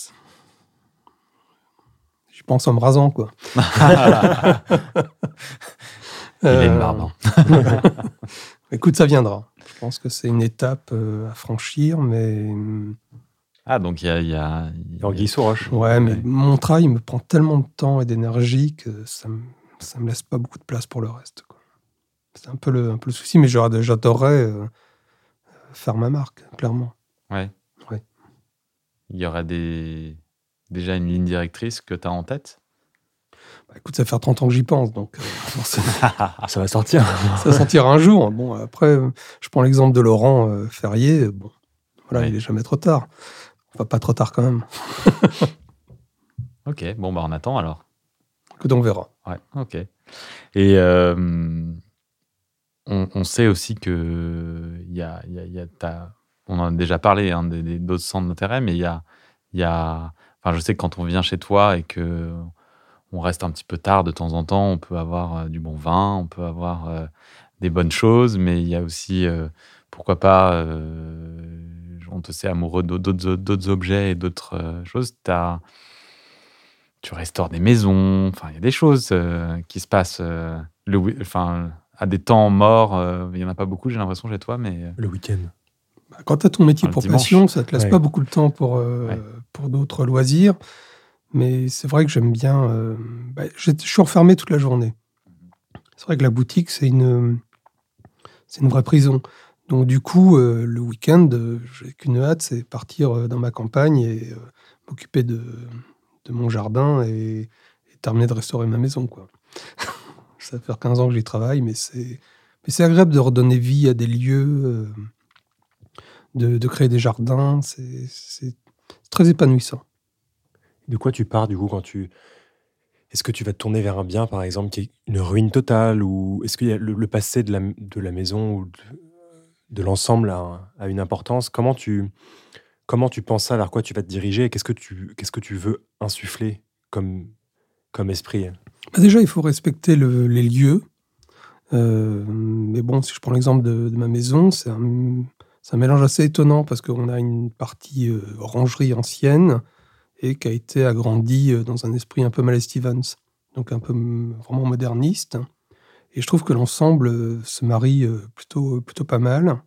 Je pense en me rasant, quoi. Il a une barbe. Écoute, ça viendra. Je pense que c'est une étape à franchir, mais. Ah, donc il y a Anguille sous roche. Ouais, mais mon travail me prend tellement de temps et d'énergie que ça me laisse pas beaucoup de place pour le reste, quoi. C'est un peu le souci, mais j'adorerais faire ma marque, clairement. Ouais. Ouais. Il y aura déjà une ligne directrice que tu as en tête? Bah, écoute, ça fait 30 ans que j'y pense, donc forcément, Ça va sortir. ça sortira un jour. Bon, après, je prends l'exemple de Laurent Ferrier. Bon, voilà, Ouais. il est jamais trop tard. Enfin, pas trop tard quand même. Ok, bon, bah on attend alors. Écoute, on verra. Ouais, ok. Et on sait aussi que on en a déjà parlé d'autres centres d'intérêt, mais je sais que quand on vient chez toi et que on reste un petit peu tard de temps en temps, on peut avoir du bon vin, on peut avoir des bonnes choses, mais il y a aussi, pourquoi pas, on te sait amoureux d'autres objets et d'autres choses. Tu restaures des maisons, enfin, il y a des choses qui se passent à des temps morts. Il n'y en a pas beaucoup, j'ai l'impression, chez toi, mais Le week-end. Bah, quand tu as ton métier Le pour dimanche. passion, ça te laisse Ouais. pas beaucoup de temps pour d'autres loisirs. Mais c'est vrai que j'aime bien. Je suis enfermé toute la journée. C'est vrai que la boutique, c'est une vraie prison. Donc du coup, le week-end, j'ai qu'une hâte, c'est partir dans ma campagne et m'occuper de mon jardin et terminer de restaurer ma maison, quoi. Ça fait 15 ans que j'y travaille, mais c'est agréable de redonner vie à des lieux, de créer des jardins. C'est très épanouissant. De quoi tu pars du coup quand tu... Est-ce que tu vas te tourner vers un bien, par exemple, qui est une ruine totale, ou est-ce qu'il y a le passé de la maison ou de l'ensemble a une importance? Comment tu penses ça? Vers quoi tu vas te diriger? Qu'est-ce que tu veux insuffler comme esprit? Bah, déjà, il faut respecter les lieux. Mais bon, si je prends l'exemple de ma maison, c'est un mélange assez étonnant parce qu'on a une partie orangerie ancienne et qui a été agrandie dans un esprit un peu Mallet Stevens, donc un peu vraiment moderniste. Et je trouve que l'ensemble se marie plutôt pas mal.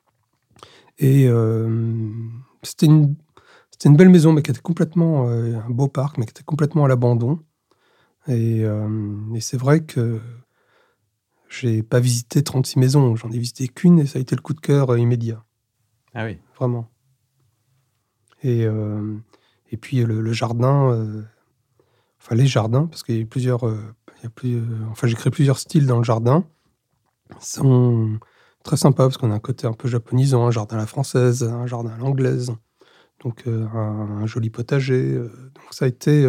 Et c'était une belle maison, mais qui était complètement un beau parc, mais qui était complètement à l'abandon. Et c'est vrai que j'ai pas visité 36 maisons, j'en ai visité qu'une et ça a été le coup de cœur immédiat, Ah oui. vraiment. Et puis le jardin, enfin les jardins, parce qu'il y a plusieurs, j'ai créé plusieurs styles dans le jardin, sont très sympas parce qu'on a un côté un peu japonisant, un jardin à la française, un jardin à l'anglaise, donc un joli potager. Donc ça a été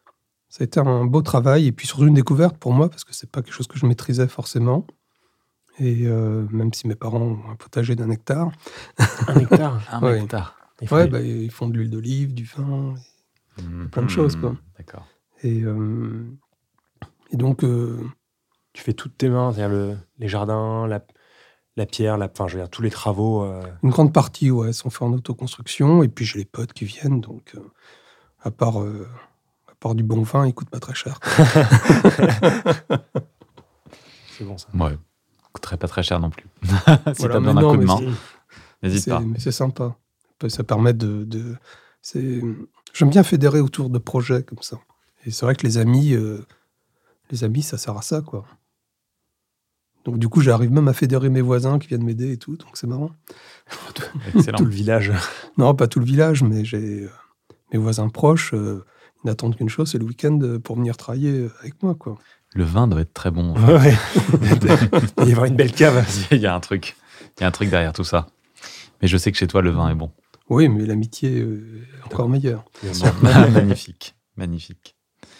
un beau travail et puis surtout une découverte pour moi parce que c'est pas quelque chose que je maîtrisais forcément. Et même si mes parents ont un potager d'1 hectare. 1 hectare. Un hectare. Ils font de l'huile d'olive, du vin, plein de choses, quoi. D'accord. Et donc, Tu fais tout de tes mains, c'est-à-dire les jardins, la pierre, enfin, je veux dire, tous les travaux. une grande partie, sont faits en autoconstruction. Et puis, j'ai les potes qui viennent. Donc, à part du bon vin, ils coûtent pas très cher. C'est bon, ça. Ouais. Coûterait pas très cher non plus. Si Voilà, t'as besoin mais d'un non, coup de mais main, c'est- n'hésite pas. Mais c'est sympa. Ça permet j'aime bien fédérer autour de projets comme ça. Et c'est vrai que les amis, ça sert à ça, quoi. Donc, du coup, j'arrive même à fédérer mes voisins qui viennent m'aider et tout. Donc, c'est marrant. Excellent. Tout le village. Non, pas tout le village, mais j'ai mes voisins proches. Ils n'attendent qu'une chose, c'est le week-end pour venir travailler avec moi, quoi. Le vin doit être très bon. Ouais. Il va y avoir une belle cave. Il y a un truc. Il y a un truc derrière tout ça. Mais je sais que chez toi, le vin est bon. Oui, mais l'amitié est encore meilleure. Bien sûr. Magnifique. Magnifique.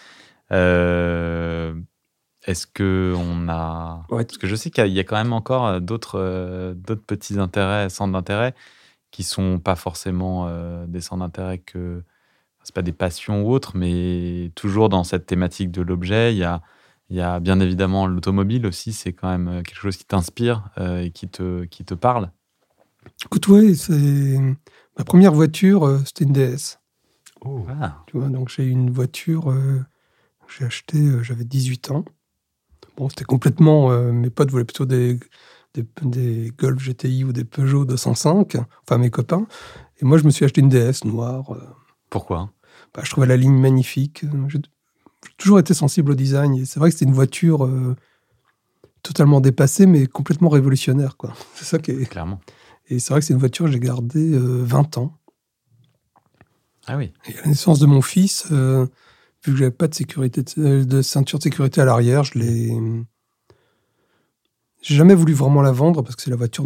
Est-ce qu'on a... Ouais. Parce que je sais qu'il y a quand même encore d'autres petits intérêts, centres d'intérêt, qui sont pas forcément des centres d'intérêt que... C'est pas des passions ou autres, mais toujours dans cette thématique de l'objet. Il y a bien évidemment l'automobile aussi, c'est quand même quelque chose qui t'inspire et qui te parle. Écoute, ouais, ma première voiture, c'était une DS. Oh. Ah, Tu vois, donc j'ai eu une voiture que j'ai achetée, j'avais 18 ans. Bon, c'était complètement... mes potes voulaient plutôt des Golf GTI ou des Peugeot 205, enfin mes copains. Et moi, je me suis acheté une DS noire. pourquoi? Je trouvais la ligne magnifique. J'ai toujours été sensible au design. Et c'est vrai que c'était une voiture totalement dépassée, mais complètement révolutionnaire, quoi. C'est ça qui est... Clairement. Et c'est vrai que c'est une voiture que j'ai gardée 20 ans. Ah oui. Et à la naissance de mon fils, vu que j'avais pas de ceinture de sécurité à l'arrière, j'ai jamais voulu vraiment la vendre parce que c'est la voiture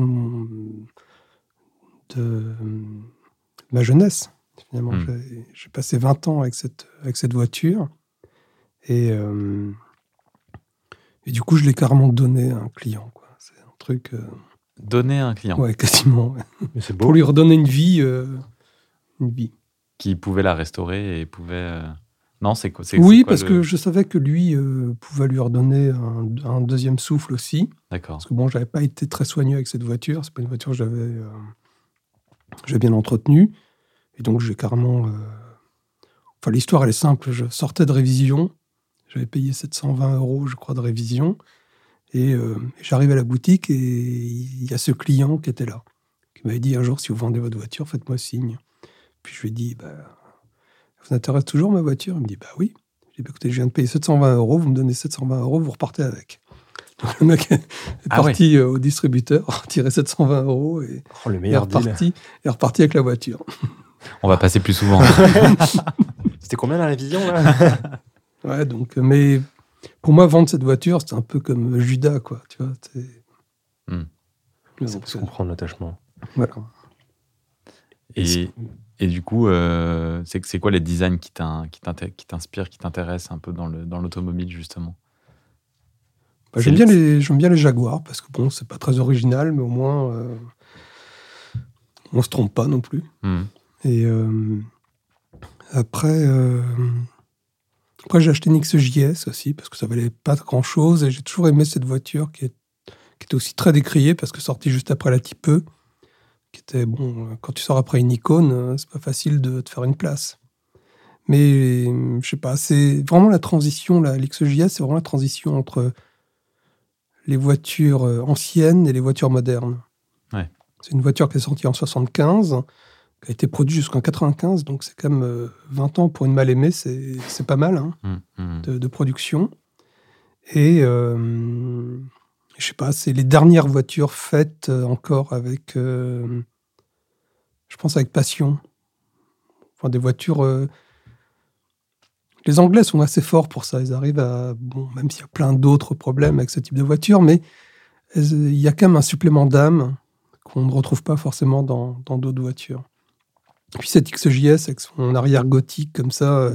de ma jeunesse. Finalement, j'ai passé 20 ans avec cette voiture et du coup, je l'ai carrément donnée à un client, quoi. C'est un truc. Donner à un client Ouais, quasiment. Ouais. Mais c'est beau. Pour lui redonner une vie. qui pouvait la restaurer et pouvait... Non, c'est quoi? Oui, c'est quoi parce que je savais que lui pouvait lui redonner un deuxième souffle aussi. D'accord. Parce que bon, j'avais pas été très soigneux avec cette voiture. C'est pas une voiture que j'avais bien entretenue. Et donc, j'ai carrément... Enfin, l'histoire, elle est simple. Je sortais de révision. J'avais payé 720 €, je crois, de révision. Et j'arrive à la boutique et il y a ce client qui était là, qui m'avait dit un jour, si vous vendez votre voiture, faites-moi signe. Puis je lui ai dit, vous intéresse toujours ma voiture? Il me dit, oui. Je lui ai dit, écoutez, je viens de payer 720 €, vous me donnez 720 €, vous repartez avec. Donc le mec est parti au distributeur, retiré 720 € et le meilleur deal. est reparti avec la voiture. On va passer plus souvent. C'était combien la révision, là? Ouais, donc, mais pour moi, vendre cette voiture, c'était un peu comme Judas, quoi. Tu vois, Ça peut se comprendre, l'attachement. Voilà. Et du coup, c'est quoi les designs qui t'inspirent, qui t'intéressent un peu dans l'automobile, justement? J'aime bien les Jaguars, parce que bon, c'est pas très original, mais au moins, on se trompe pas non plus. Et après, j'ai acheté une XJS aussi, parce que ça valait pas grand-chose, et j'ai toujours aimé cette voiture qui était aussi très décriée, parce que sortie juste après la Type E, qui était, bon, quand tu sors après une icône, c'est pas facile de te faire une place. Mais, je sais pas, c'est vraiment la transition, l'XJS, c'est vraiment la transition entre les voitures anciennes et les voitures modernes. Ouais. C'est une voiture qui est sortie en 75, qui a été produite jusqu'en 95, donc c'est quand même 20 ans pour une mal-aimée, c'est pas mal de production. Et je sais pas, c'est les dernières voitures faites encore avec, je pense avec passion. Enfin, des voitures... Les Anglais sont assez forts pour ça. Ils arrivent à... Bon, même s'il y a plein d'autres problèmes avec ce type de voiture, mais il y a quand même un supplément d'âme qu'on ne retrouve pas forcément dans d'autres voitures. Et puis cette XJS avec son arrière gothique comme ça,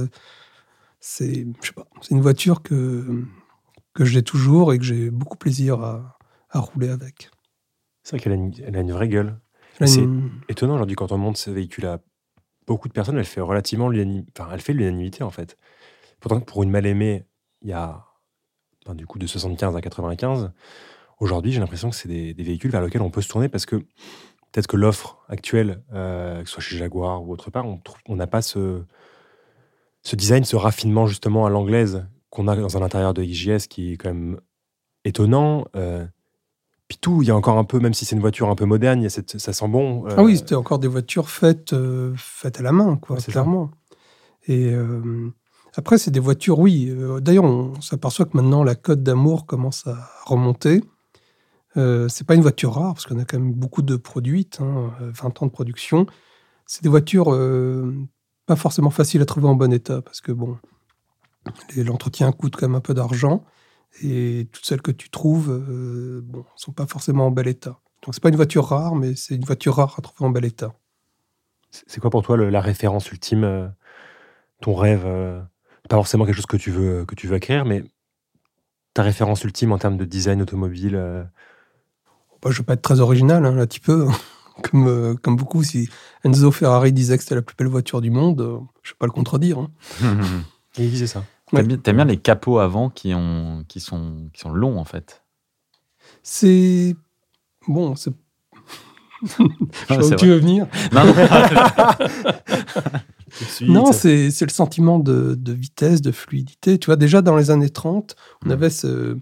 c'est une voiture que j'ai toujours et que j'ai beaucoup plaisir à à rouler avec. C'est vrai elle a une vraie gueule. Là, C'est étonnant aujourd'hui quand on monte ce véhicule à beaucoup de personnes, elle fait relativement l'unanimité en fait. Pourtant, pour une mal-aimée, il y a du coup de 75 à 95, aujourd'hui j'ai l'impression que c'est des véhicules vers lesquels on peut se tourner parce que peut-être que l'offre actuelle, que ce soit chez Jaguar ou autre part, on n'a pas ce design, ce raffinement justement à l'anglaise qu'on a dans un intérieur de XJS qui est quand même étonnant. Puis tout, il y a encore un peu, même si c'est une voiture un peu moderne, ça sent bon. Ah oui, c'était encore des voitures faites à la main, quoi, Ouais, c'est clairement. Et après, c'est des voitures, oui. D'ailleurs, on s'aperçoit que maintenant, la cote d'amour commence à remonter. C'est pas une voiture rare, parce qu'on a quand même beaucoup de produites, 20 ans de production. C'est des voitures pas forcément faciles à trouver en bon état, parce que bon, l'entretien coûte quand même un peu d'argent, et toutes celles que tu trouves sont pas forcément en bel état. Donc c'est pas une voiture rare, mais c'est une voiture rare à trouver en bel état. C'est quoi pour toi la référence ultime, ton rêve, pas forcément quelque chose que tu veux acquérir, mais ta référence ultime en termes de design automobile? Je ne veux pas être très original, un petit peu, comme beaucoup. Si Enzo Ferrari disait que c'était la plus belle voiture du monde, je ne vais pas le contredire. Et il disait ça. T'aimes bien les capots avant qui sont longs, en fait. C'est... Bon, c'est... Je vois où c'est tu veux venir. Non, c'est le sentiment de vitesse, de fluidité. Tu vois, déjà dans les années 30, on avait ce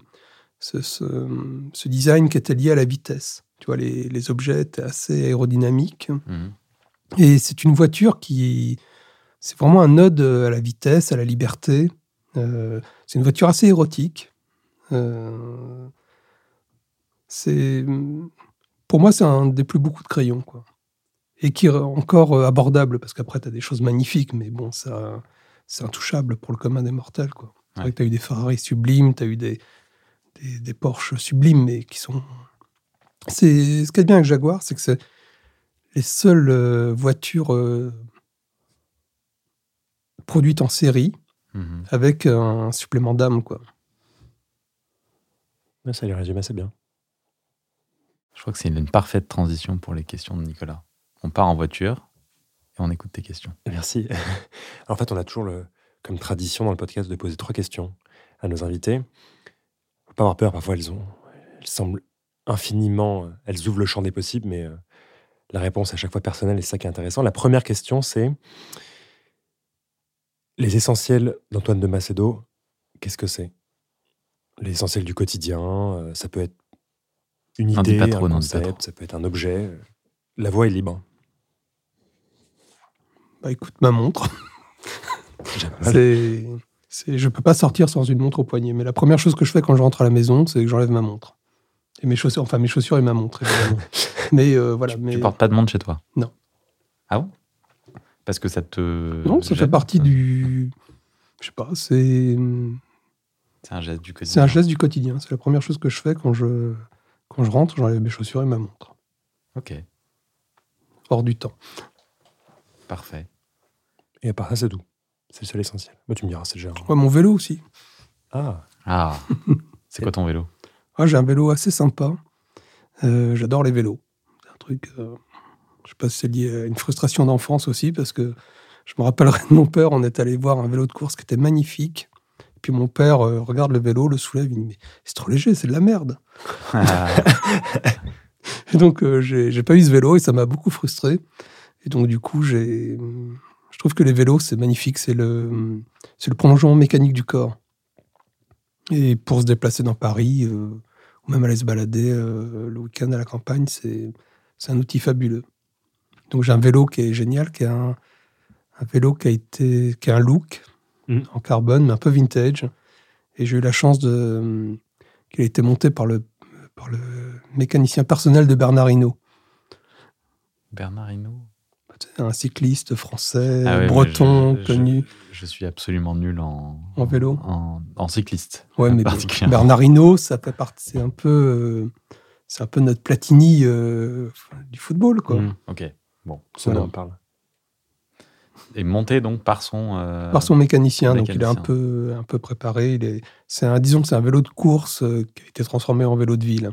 design qui était lié à la vitesse. Tu vois, les objets étaient assez aérodynamiques. Et c'est une voiture c'est vraiment un ode à la vitesse, à la liberté. C'est une voiture assez érotique. Pour moi, c'est un des plus beaux coups de crayon, quoi. Et qui est encore abordable, parce qu'après, tu as des choses magnifiques, mais bon, ça, c'est intouchable pour le commun des mortels, quoi. C'est vrai que tu as eu des Ferrari sublimes, tu as eu des Porsche sublimes, mais qui sont... Ce qui est bien avec Jaguar, c'est que c'est les seules voitures produites en série avec un supplément d'âme, quoi. Ouais, ça les résume assez bien. Je crois que c'est une parfaite transition pour les questions de Nicolas. On part en voiture et on écoute tes questions. Merci. En fait, on a toujours comme tradition dans le podcast de poser 3 questions à nos invités. Faut pas avoir peur, parfois elles semblent infiniment, elles ouvrent le champ des possibles, mais la réponse est à chaque fois personnelle et c'est ça qui est intéressant. La première question, c'est les essentiels d'Antoine de Macedo, qu'est-ce que c'est? Les essentiels du quotidien, ça peut être une idée, un concept, ça peut être un objet. La voie est libre. Écoute, ma montre. Je peux pas sortir sans une montre au poignet, mais la première chose que je fais quand je rentre à la maison, c'est que j'enlève ma montre. Et mes chaussures et ma montre, évidemment. Mais voilà. Tu portes pas de montre chez toi? Non. Ah bon? Parce que ça te... Non, ça fait partie du... Je sais pas, c'est un geste du quotidien. C'est un geste du quotidien. C'est la première chose que je fais quand je rentre, j'enlève mes chaussures et ma montre. Ok. Hors du temps. Parfait. Et à part ça, c'est tout. C'est le seul essentiel. Moi, tu me diras, c'est le genre. Ouais, mon vélo aussi. Ah. C'est quoi ton vélo? J'ai un vélo assez sympa. J'adore les vélos. C'est un truc... je sais pas si c'est lié à une frustration d'enfance aussi, parce que je me rappellerai de mon père, on est allé voir un vélo de course qui était magnifique. Puis mon père regarde le vélo, le soulève, il dit « Mais c'est trop léger, c'est de la merde !» Et donc, j'ai pas eu ce vélo et ça m'a beaucoup frustré. Et donc, du coup, je trouve que les vélos, c'est magnifique. C'est le prolongement mécanique du corps. Et pour se déplacer dans Paris, ou même aller se balader le week-end à la campagne, c'est un outil fabuleux. Donc, j'ai un vélo qui est génial, qui est un vélo qui a un look en carbone, mais un peu vintage. Et j'ai eu la chance qu'il ait été monté par le mécanicien personnel de Bernard Hinault. Bernard Hinault? Un cycliste français, breton, connu. Je suis absolument nul en vélo. En cycliste. Ouais, mais Bernard Hinault, ça fait partie. C'est un peu notre Platini du football, quoi. Ok, bon. Ça en parle. Et monté donc par son mécanicien, donc il est un peu préparé. Disons que c'est un vélo de course qui a été transformé en vélo de ville.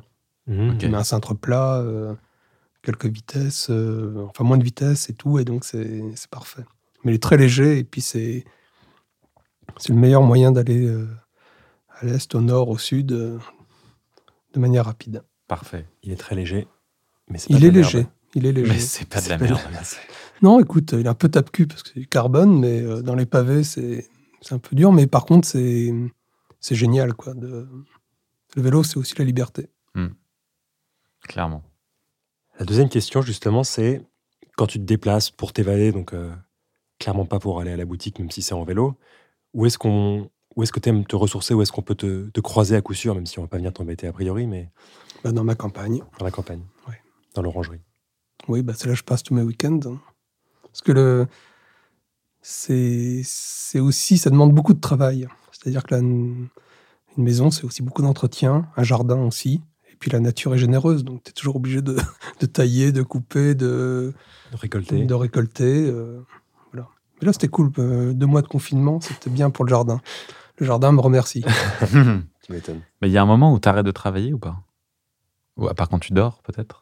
Ok. Tu mets un cintre plat, quelques vitesses, enfin moins de vitesse et tout, et donc c'est parfait. Mais il est très léger, et puis c'est le meilleur moyen d'aller à l'est, au nord, au sud, de manière rapide. Parfait. Il est très léger, mais c'est pas Il de est la merde. léger. Il est léger. Mais c'est pas de C'est la pas de merde. la merde. Non, écoute, il est un peu tape-cul parce que c'est du carbone, mais dans les pavés, c'est un peu dur. Mais par contre, c'est génial, quoi. Le vélo, c'est aussi la liberté. Clairement. La deuxième question, justement, c'est quand tu te déplaces pour t'évader, donc clairement pas pour aller à la boutique, même si c'est en vélo, où est-ce que tu aimes te ressourcer, où est-ce qu'on peut te croiser à coup sûr, même si on va pas venir t'embêter a priori, mais Dans ma campagne. dans la campagne, Ouais. dans l'orangerie. Oui, c'est là que je passe tous mes week-ends. Parce que c'est aussi, ça demande beaucoup de travail. C'est-à-dire que une maison, c'est aussi beaucoup d'entretien, un jardin aussi. Et puis la nature est généreuse, donc tu es toujours obligé de tailler, de couper, de Récolter. récolter. Voilà. Mais là, c'était cool. 2 mois de confinement, c'était bien pour le jardin. Le jardin me remercie. Tu m'étonnes. Mais il y a un moment où tu arrêtes de travailler ou pas? Ou à part quand tu dors, peut-être?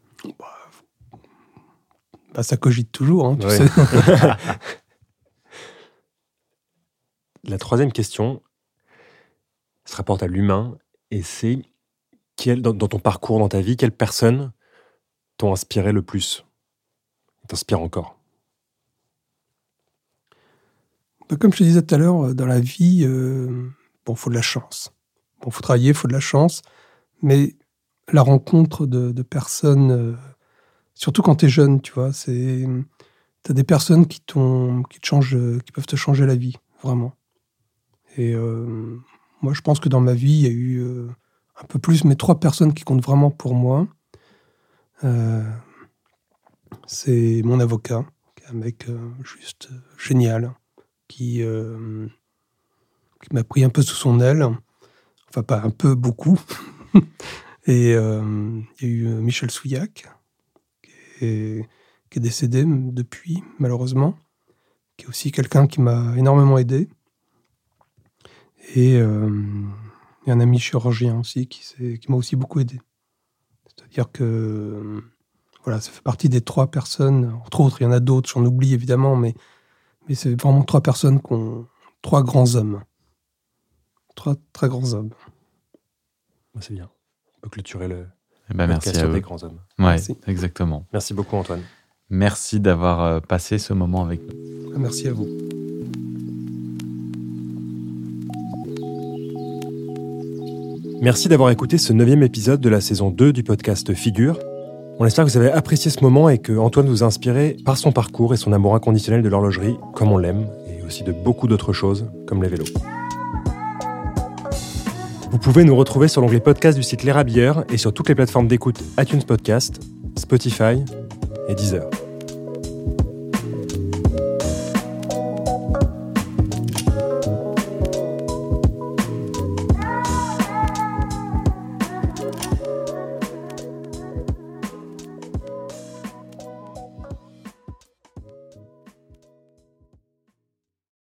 Ça cogite toujours, hein, tu Ouais. sais. La troisième question se rapporte à l'humain, et c'est dans ton parcours, dans ta vie, quelles personnes t'ont inspiré le plus, t'inspirent encore? Comme je te disais tout à l'heure, dans la vie, faut de la chance. Faut travailler, faut de la chance, mais la rencontre de personnes, surtout quand tu es jeune, tu vois, t'as des personnes qui te changent, qui peuvent te changer la vie, vraiment. Et moi, je pense que dans ma vie, il y a eu un peu plus, mais 3 personnes qui comptent vraiment pour moi. C'est mon avocat, qui est un mec juste génial, qui m'a pris un peu sous son aile. Enfin, pas un peu, beaucoup. Et il y a eu Michel Souillac, qui est décédé depuis, malheureusement, qui est aussi quelqu'un qui m'a énormément aidé. Et il y a un ami chirurgien aussi qui m'a aussi beaucoup aidé. C'est-à-dire que voilà, ça fait partie des 3 personnes, entre autres, il y en a d'autres, j'en oublie évidemment, mais c'est vraiment 3 personnes qui ont 3 grands hommes. 3 très grands hommes. C'est bien. On peut clôturer le Merci podcast à sur eux. des grands hommes. Ouais, Merci. exactement. Merci beaucoup, Antoine. Merci d'avoir passé ce moment avec nous. Merci à vous. Merci d'avoir écouté ce 9e épisode de la saison 2 du podcast Figure. On espère que vous avez apprécié ce moment et que Antoine vous a inspiré par son parcours et son amour inconditionnel de l'horlogerie, comme on l'aime, et aussi de beaucoup d'autres choses, comme les vélos. Vous pouvez nous retrouver sur l'onglet podcast du site L'Érabilleur et sur toutes les plateformes d'écoute iTunes Podcast, Spotify et Deezer.